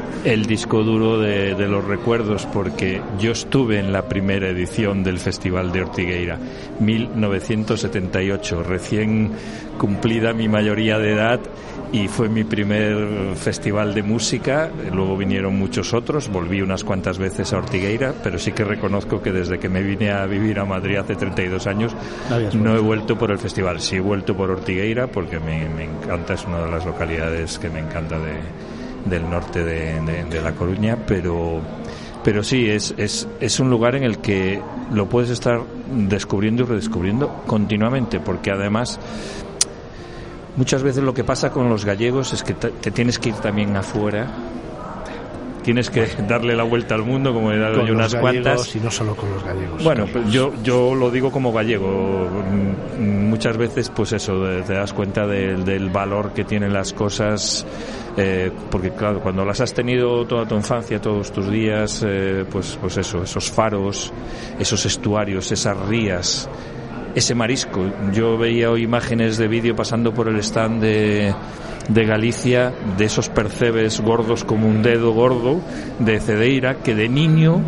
[SPEAKER 6] el disco duro de los recuerdos, porque yo estuve en la primera edición del Festival de Ortigueira, 1978, recién cumplida mi mayoría de edad, y fue mi primer festival de música. Luego vinieron muchos otros, volví unas cuantas veces a Ortigueira, pero sí que reconozco que desde que me vine a vivir a Madrid hace 32 años no he vuelto por el festival. Sí he vuelto por Ortigueira porque me encanta, es una de las localidades que me encanta del norte de La Coruña, pero sí, es un lugar en el que lo puedes estar descubriendo y redescubriendo continuamente, porque además muchas veces lo que pasa con los gallegos es que te tienes que ir también afuera, tienes que darle la vuelta al mundo, como he dado yo unas cuantas.
[SPEAKER 2] Y no solo con los gallegos.
[SPEAKER 6] Bueno, pues yo lo digo como gallego. Muchas veces, pues eso, te das cuenta del valor que tienen las cosas, porque claro, cuando las has tenido toda tu infancia, todos tus días, pues eso, esos faros, esos estuarios, esas rías, ese marisco. Yo veía hoy imágenes de vídeo pasando por el stand de Galicia, de esos percebes gordos como un dedo gordo de Cedeira, que de niño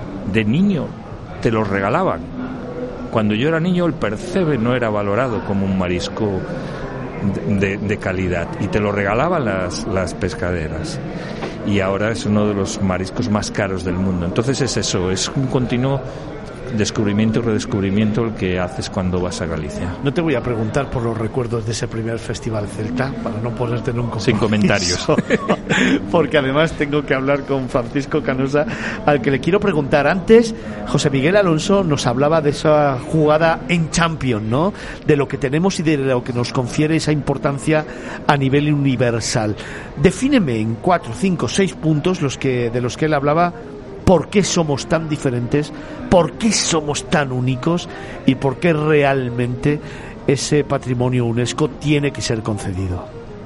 [SPEAKER 6] te los regalaban. Cuando yo era niño, el percebe no era valorado como un marisco de calidad, y te lo regalaban las pescaderas, y ahora es uno de los mariscos más caros del mundo. Entonces es eso, es un continuo descubrimiento y redescubrimiento el que haces cuando vas a Galicia.
[SPEAKER 2] No te voy a preguntar por los recuerdos de ese primer festival celta, para no ponerte en un compromiso.
[SPEAKER 6] Sin comentarios.
[SPEAKER 2] Porque además tengo que hablar con Francisco Canosa, al que le quiero preguntar. Antes, José Miguel Alonso nos hablaba de esa jugada en Champions, ¿no? De lo que tenemos y de lo que nos confiere esa importancia a nivel universal. Defíneme en 4, 5, 6 puntos de los que él hablaba. ¿Por qué somos tan diferentes? ¿Por qué somos tan únicos? ¿Y por qué realmente ese patrimonio UNESCO tiene que ser concedido?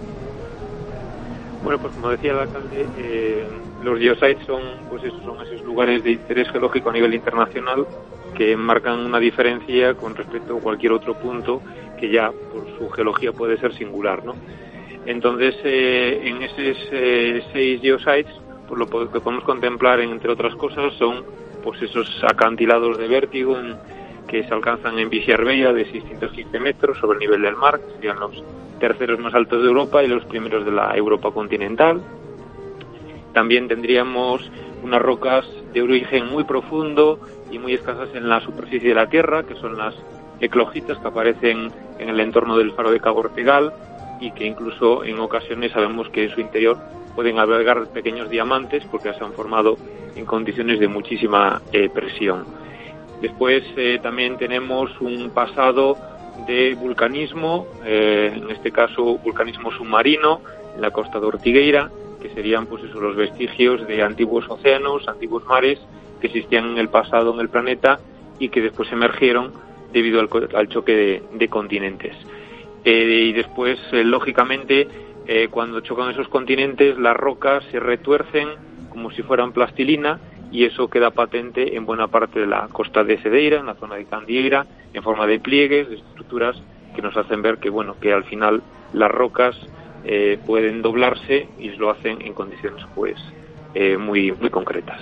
[SPEAKER 7] Bueno, pues como decía el alcalde, los geosites son esos lugares de interés geológico a nivel internacional que marcan una diferencia con respecto a cualquier otro punto que ya por su geología puede ser singular, ¿no? Entonces, en esos 6 geosites, pues lo que podemos contemplar, entre otras cosas, son pues esos acantilados de vértigo que se alcanzan en Vixiarbella de 615 metros sobre el nivel del mar, que serían los terceros más altos de Europa y los primeros de la Europa continental. También tendríamos unas rocas de origen muy profundo y muy escasas en la superficie de la Tierra, que son las eclogitas que aparecen en el entorno del faro de Cabo Ortegal, y que incluso en ocasiones sabemos que en su interior pueden albergar pequeños diamantes porque se han formado en condiciones de muchísima presión. Después también tenemos un pasado de vulcanismo, en este caso vulcanismo submarino en la costa de Ortigueira, que serían pues eso, los vestigios de antiguos océanos, antiguos mares que existían en el pasado en el planeta y que después emergieron debido al choque de continentes. Y después, lógicamente, cuando chocan esos continentes, las rocas se retuercen como si fueran plastilina, y eso queda patente en buena parte de la costa de Cedeira, en la zona de Candieira, en forma de pliegues, de estructuras que nos hacen ver que al final las rocas pueden doblarse, y lo hacen en condiciones pues muy muy concretas.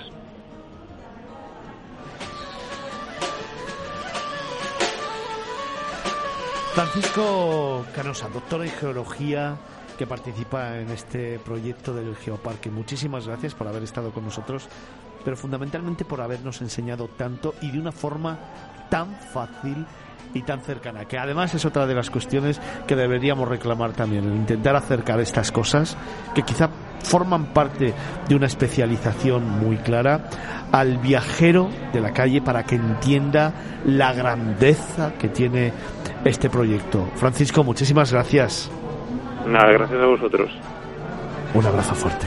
[SPEAKER 2] Francisco Canosa, doctor en geología, que participa en este proyecto del Geoparque. Muchísimas gracias por haber estado con nosotros, pero fundamentalmente por habernos enseñado tanto y de una forma tan fácil y tan cercana, que además es otra de las cuestiones que deberíamos reclamar también, el intentar acercar estas cosas que quizá forman parte de una especialización muy clara al viajero de la calle, para que entienda la grandeza que tiene este proyecto. Francisco, muchísimas gracias.
[SPEAKER 7] Nada, gracias a vosotros.
[SPEAKER 2] Un abrazo fuerte.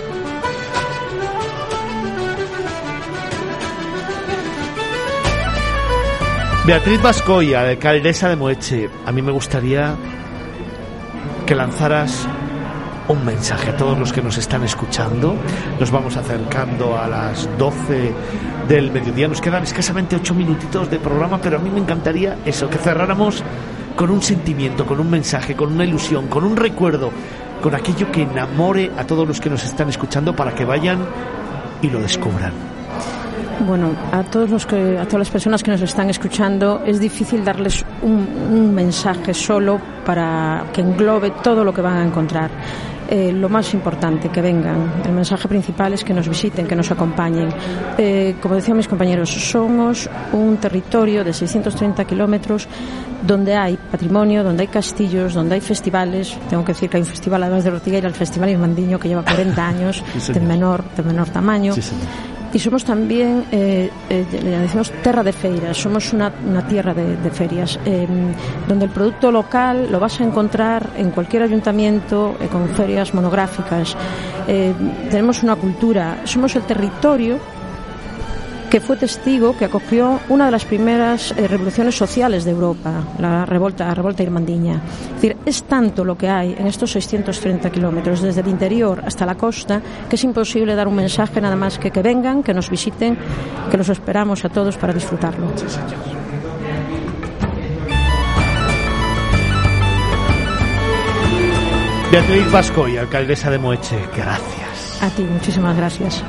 [SPEAKER 2] Beatriz Bascoya, alcaldesa de Moeche, a mí me gustaría que lanzaras un mensaje a todos los que nos están escuchando. Nos vamos acercando a las 12 del mediodía, nos quedan escasamente 8 minutitos de programa, pero a mí me encantaría eso, que cerráramos con un sentimiento, con un mensaje, con una ilusión, con un recuerdo, con aquello que enamore a todos los que nos están escuchando para que vayan y lo descubran?
[SPEAKER 5] Bueno, a todas las personas que nos están escuchando es difícil darles un mensaje solo para que englobe todo lo que van a encontrar. Lo más importante, que vengan. El mensaje principal es que nos visiten, que nos acompañen. Como decían mis compañeros, somos un territorio de 630 kilómetros donde hay patrimonio, donde hay castillos, donde hay festivales. Tengo que decir que hay un festival, además de Ortigueira, el Festival Irmandiño, que lleva 40 años, sí, de menor tamaño. Sí, y somos también, le decimos terra de feiras, somos una tierra de ferias, donde el producto local lo vas a encontrar en cualquier ayuntamiento, con ferias monográficas. Tenemos una cultura, somos el territorio que fue testigo, que acogió una de las primeras revoluciones sociales de Europa, la revolta irmandiña. Es decir, es tanto lo que hay en estos 630 kilómetros, desde el interior hasta la costa, que es imposible dar un mensaje nada más que vengan, que nos visiten, que los esperamos a todos para disfrutarlo. Sí, señor.
[SPEAKER 2] Beatriz Bascoy, alcaldesa de Moeche, gracias.
[SPEAKER 5] A ti, muchísimas gracias.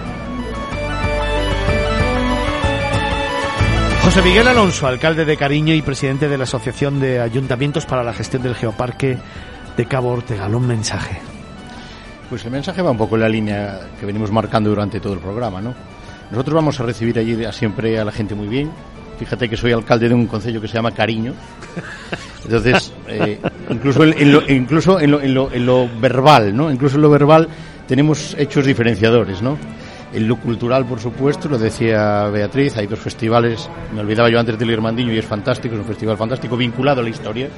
[SPEAKER 2] José Miguel Alonso, alcalde de Cariño y presidente de la Asociación de Ayuntamientos para la Gestión del Geoparque de Cabo Ortegal. Un mensaje.
[SPEAKER 4] Pues el mensaje va un poco en la línea que venimos marcando durante todo el programa, ¿no? Nosotros vamos a recibir allí siempre a la gente muy bien. Fíjate que soy alcalde de un concello que se llama Cariño. Entonces, incluso en lo verbal, ¿no? Incluso en lo verbal tenemos hechos diferenciadores, ¿no? En lo cultural, por supuesto, lo decía Beatriz, hay dos festivales, me olvidaba yo antes del Irmandiño y es fantástico, es un festival fantástico, vinculado a la historia.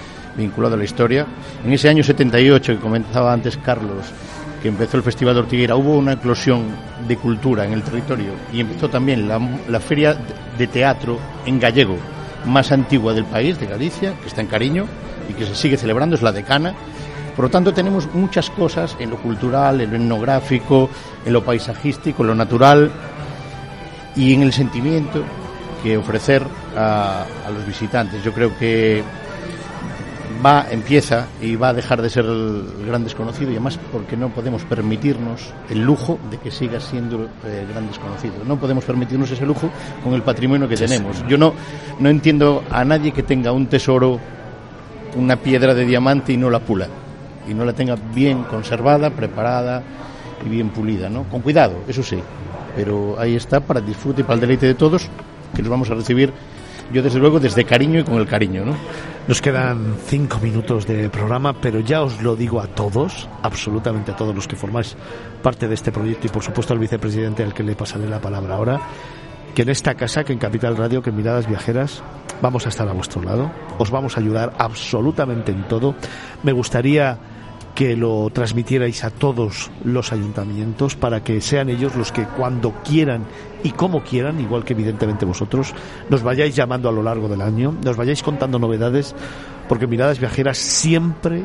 [SPEAKER 4] En ese año 78, que comentaba antes Carlos, que empezó el Festival de Ortigueira, hubo una eclosión de cultura en el territorio y empezó también la feria de teatro en gallego más antigua del país, de Galicia, que está en Cariño y que se sigue celebrando, es la Decana. Por lo tanto, tenemos muchas cosas en lo cultural, en lo etnográfico, en lo paisajístico, en lo natural y en el sentimiento que ofrecer a los visitantes. Yo creo que empieza y va a dejar de ser el gran desconocido, y además porque no podemos permitirnos el lujo de que siga siendo el gran desconocido. No podemos permitirnos ese lujo con el patrimonio que tenemos. Yo no entiendo a nadie que tenga un tesoro, una piedra de diamante y no la pula, y no la tenga bien conservada, preparada y bien pulida, ¿no? Con cuidado, eso sí, pero ahí está para el disfrute y para el deleite de todos, que los vamos a recibir, yo desde luego, desde Cariño y con el cariño, ¿no?
[SPEAKER 2] Nos quedan 5 minutos de programa, pero ya os lo digo a todos, absolutamente a todos los que formáis parte de este proyecto, y por supuesto al vicepresidente al que le pasaré la palabra ahora, que en esta casa, que en Capital Radio, que en Miradas Viajeras, vamos a estar a vuestro lado, os vamos a ayudar absolutamente en todo. Me gustaría que lo transmitierais a todos los ayuntamientos para que sean ellos los que, cuando quieran y como quieran, igual que evidentemente vosotros, nos vayáis llamando a lo largo del año, nos vayáis contando novedades, porque Miradas Viajeras siempre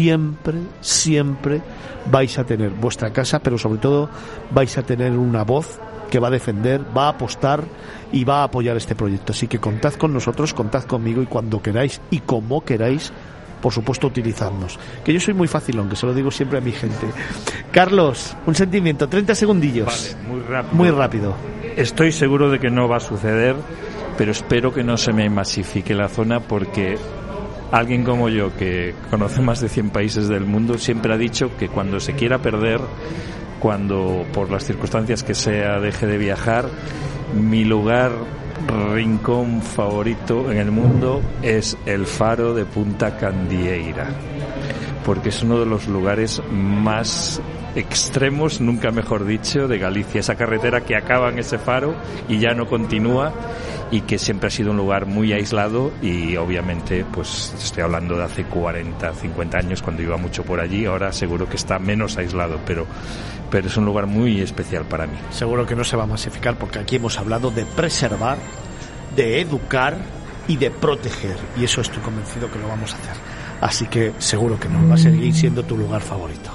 [SPEAKER 2] vais a tener vuestra casa, pero sobre todo vais a tener una voz que va a defender, va a apostar y va a apoyar este proyecto. Así que contad con nosotros, contad conmigo, y cuando queráis y como queráis, por supuesto, utilizadnos. Que yo soy muy fácil, aunque se lo digo siempre a mi gente. Carlos, un sentimiento, 30 segundillos.
[SPEAKER 6] Vale,
[SPEAKER 2] muy rápido.
[SPEAKER 6] Estoy seguro de que no va a suceder, pero espero que no se me masifique la zona, porque alguien como yo, que conoce más de 100 países del mundo, siempre ha dicho que cuando se quiera perder, cuando por las circunstancias que sea deje de viajar, mi rincón favorito en el mundo es el faro de Punta Candieira, porque es uno de los lugares más extremos, nunca mejor dicho, de Galicia. Esa carretera que acaba en ese faro y ya no continúa, y que siempre ha sido un lugar muy aislado, y obviamente pues estoy hablando de hace 40, 50 años, cuando iba mucho por allí. Ahora seguro que está menos aislado, pero es un lugar muy especial para mí.
[SPEAKER 2] Seguro que no se va a masificar, porque aquí hemos hablado de preservar, de educar y de proteger, y eso estoy convencido que lo vamos a hacer. Así que seguro que no, va a seguir siendo tu lugar favorito.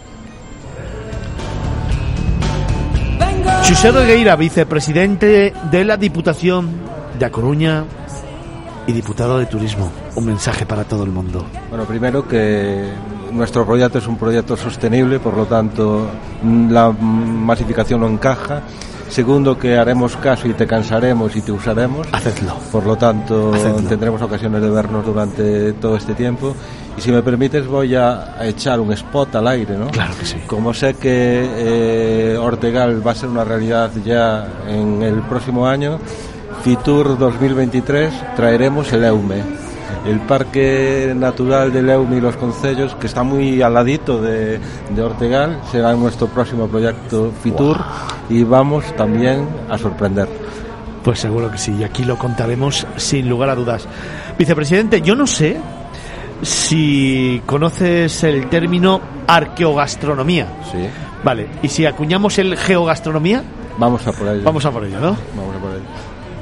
[SPEAKER 2] Xosé Regueira, vicepresidente de la Diputación de A Coruña y diputado de Turismo. Un mensaje para todo el mundo.
[SPEAKER 3] Bueno, primero que nuestro proyecto es un proyecto sostenible, por lo tanto la masificación no encaja. Segundo, que haremos caso y te cansaremos y te usaremos.
[SPEAKER 2] Hacedlo.
[SPEAKER 3] Por lo tanto,
[SPEAKER 2] Hacedlo.
[SPEAKER 3] tendremos ocasiones de vernos durante todo este tiempo. Y si me permites, voy a echar un spot al aire, ¿no?
[SPEAKER 2] Claro que sí.
[SPEAKER 3] Como sé que Ortegal va a ser una realidad ya en el próximo año, Fitur 2023 traeremos el Eume, el Parque Natural del Eume y los Concellos, que está muy al ladito de Ortegal. Será nuestro próximo proyecto Fitur. Wow. Y vamos también a sorprender.
[SPEAKER 2] Pues seguro que sí, y aquí lo contaremos sin lugar a dudas. Vicepresidente, yo no sé si conoces el término arqueogastronomía.
[SPEAKER 3] Sí.
[SPEAKER 2] Vale, ¿y si acuñamos el geogastronomía?
[SPEAKER 3] Vamos a por ello.
[SPEAKER 2] Vamos a por ello, ¿no?
[SPEAKER 3] Vamos a por ello.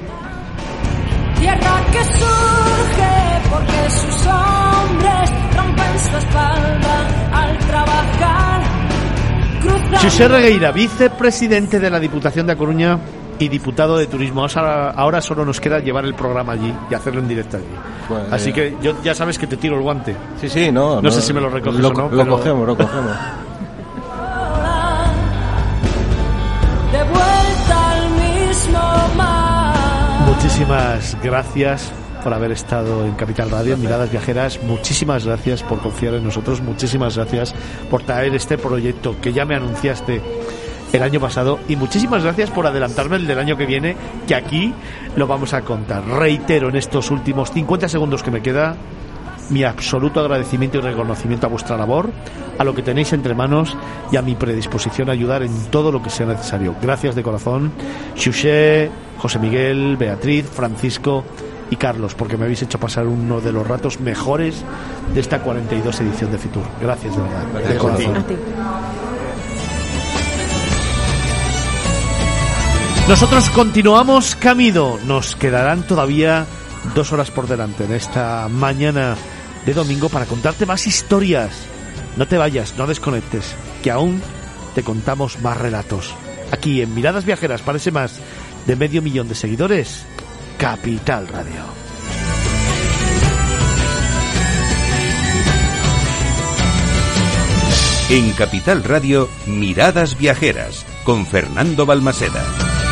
[SPEAKER 8] Tierra que surge porque sus hombres rompen su espalda al trabajar.
[SPEAKER 2] Xosé Regueira, vicepresidente de la Diputación de A Coruña y diputado de Turismo. Ahora solo nos queda llevar el programa allí y hacerlo en directo allí. Pues, así que yo ya sabes que te tiro el guante.
[SPEAKER 3] Sí, no
[SPEAKER 2] sé si me lo recoges o no.
[SPEAKER 3] Lo cogemos.
[SPEAKER 8] De vuelta al mismo mar.
[SPEAKER 2] Muchísimas gracias por haber estado en Capital Radio, en Miradas Viajeras. Muchísimas gracias por confiar en nosotros. Muchísimas gracias por traer este proyecto que ya me anunciaste el año pasado. Y muchísimas gracias por adelantarme el del año que viene, que aquí lo vamos a contar. Reitero en estos últimos 50 segundos que me queda mi absoluto agradecimiento y reconocimiento a vuestra labor, a lo que tenéis entre manos y a mi predisposición a ayudar en todo lo que sea necesario. Gracias de corazón, Xosé, José Miguel, Beatriz, Francisco y Carlos, porque me habéis hecho pasar uno de los ratos mejores de esta 42 edición de Fitur. Gracias, de verdad.
[SPEAKER 3] Gracias,
[SPEAKER 2] de corazón.
[SPEAKER 5] A ti.
[SPEAKER 2] Nosotros continuamos camino. Nos quedarán todavía 2 horas por delante en esta mañana de domingo para contarte más historias. No te vayas, no desconectes, que aún te contamos más relatos. Aquí en Miradas Viajeras, parece más de 500.000 de seguidores, Capital Radio.
[SPEAKER 1] En Capital Radio, Miradas Viajeras, con Fernando Balmaseda.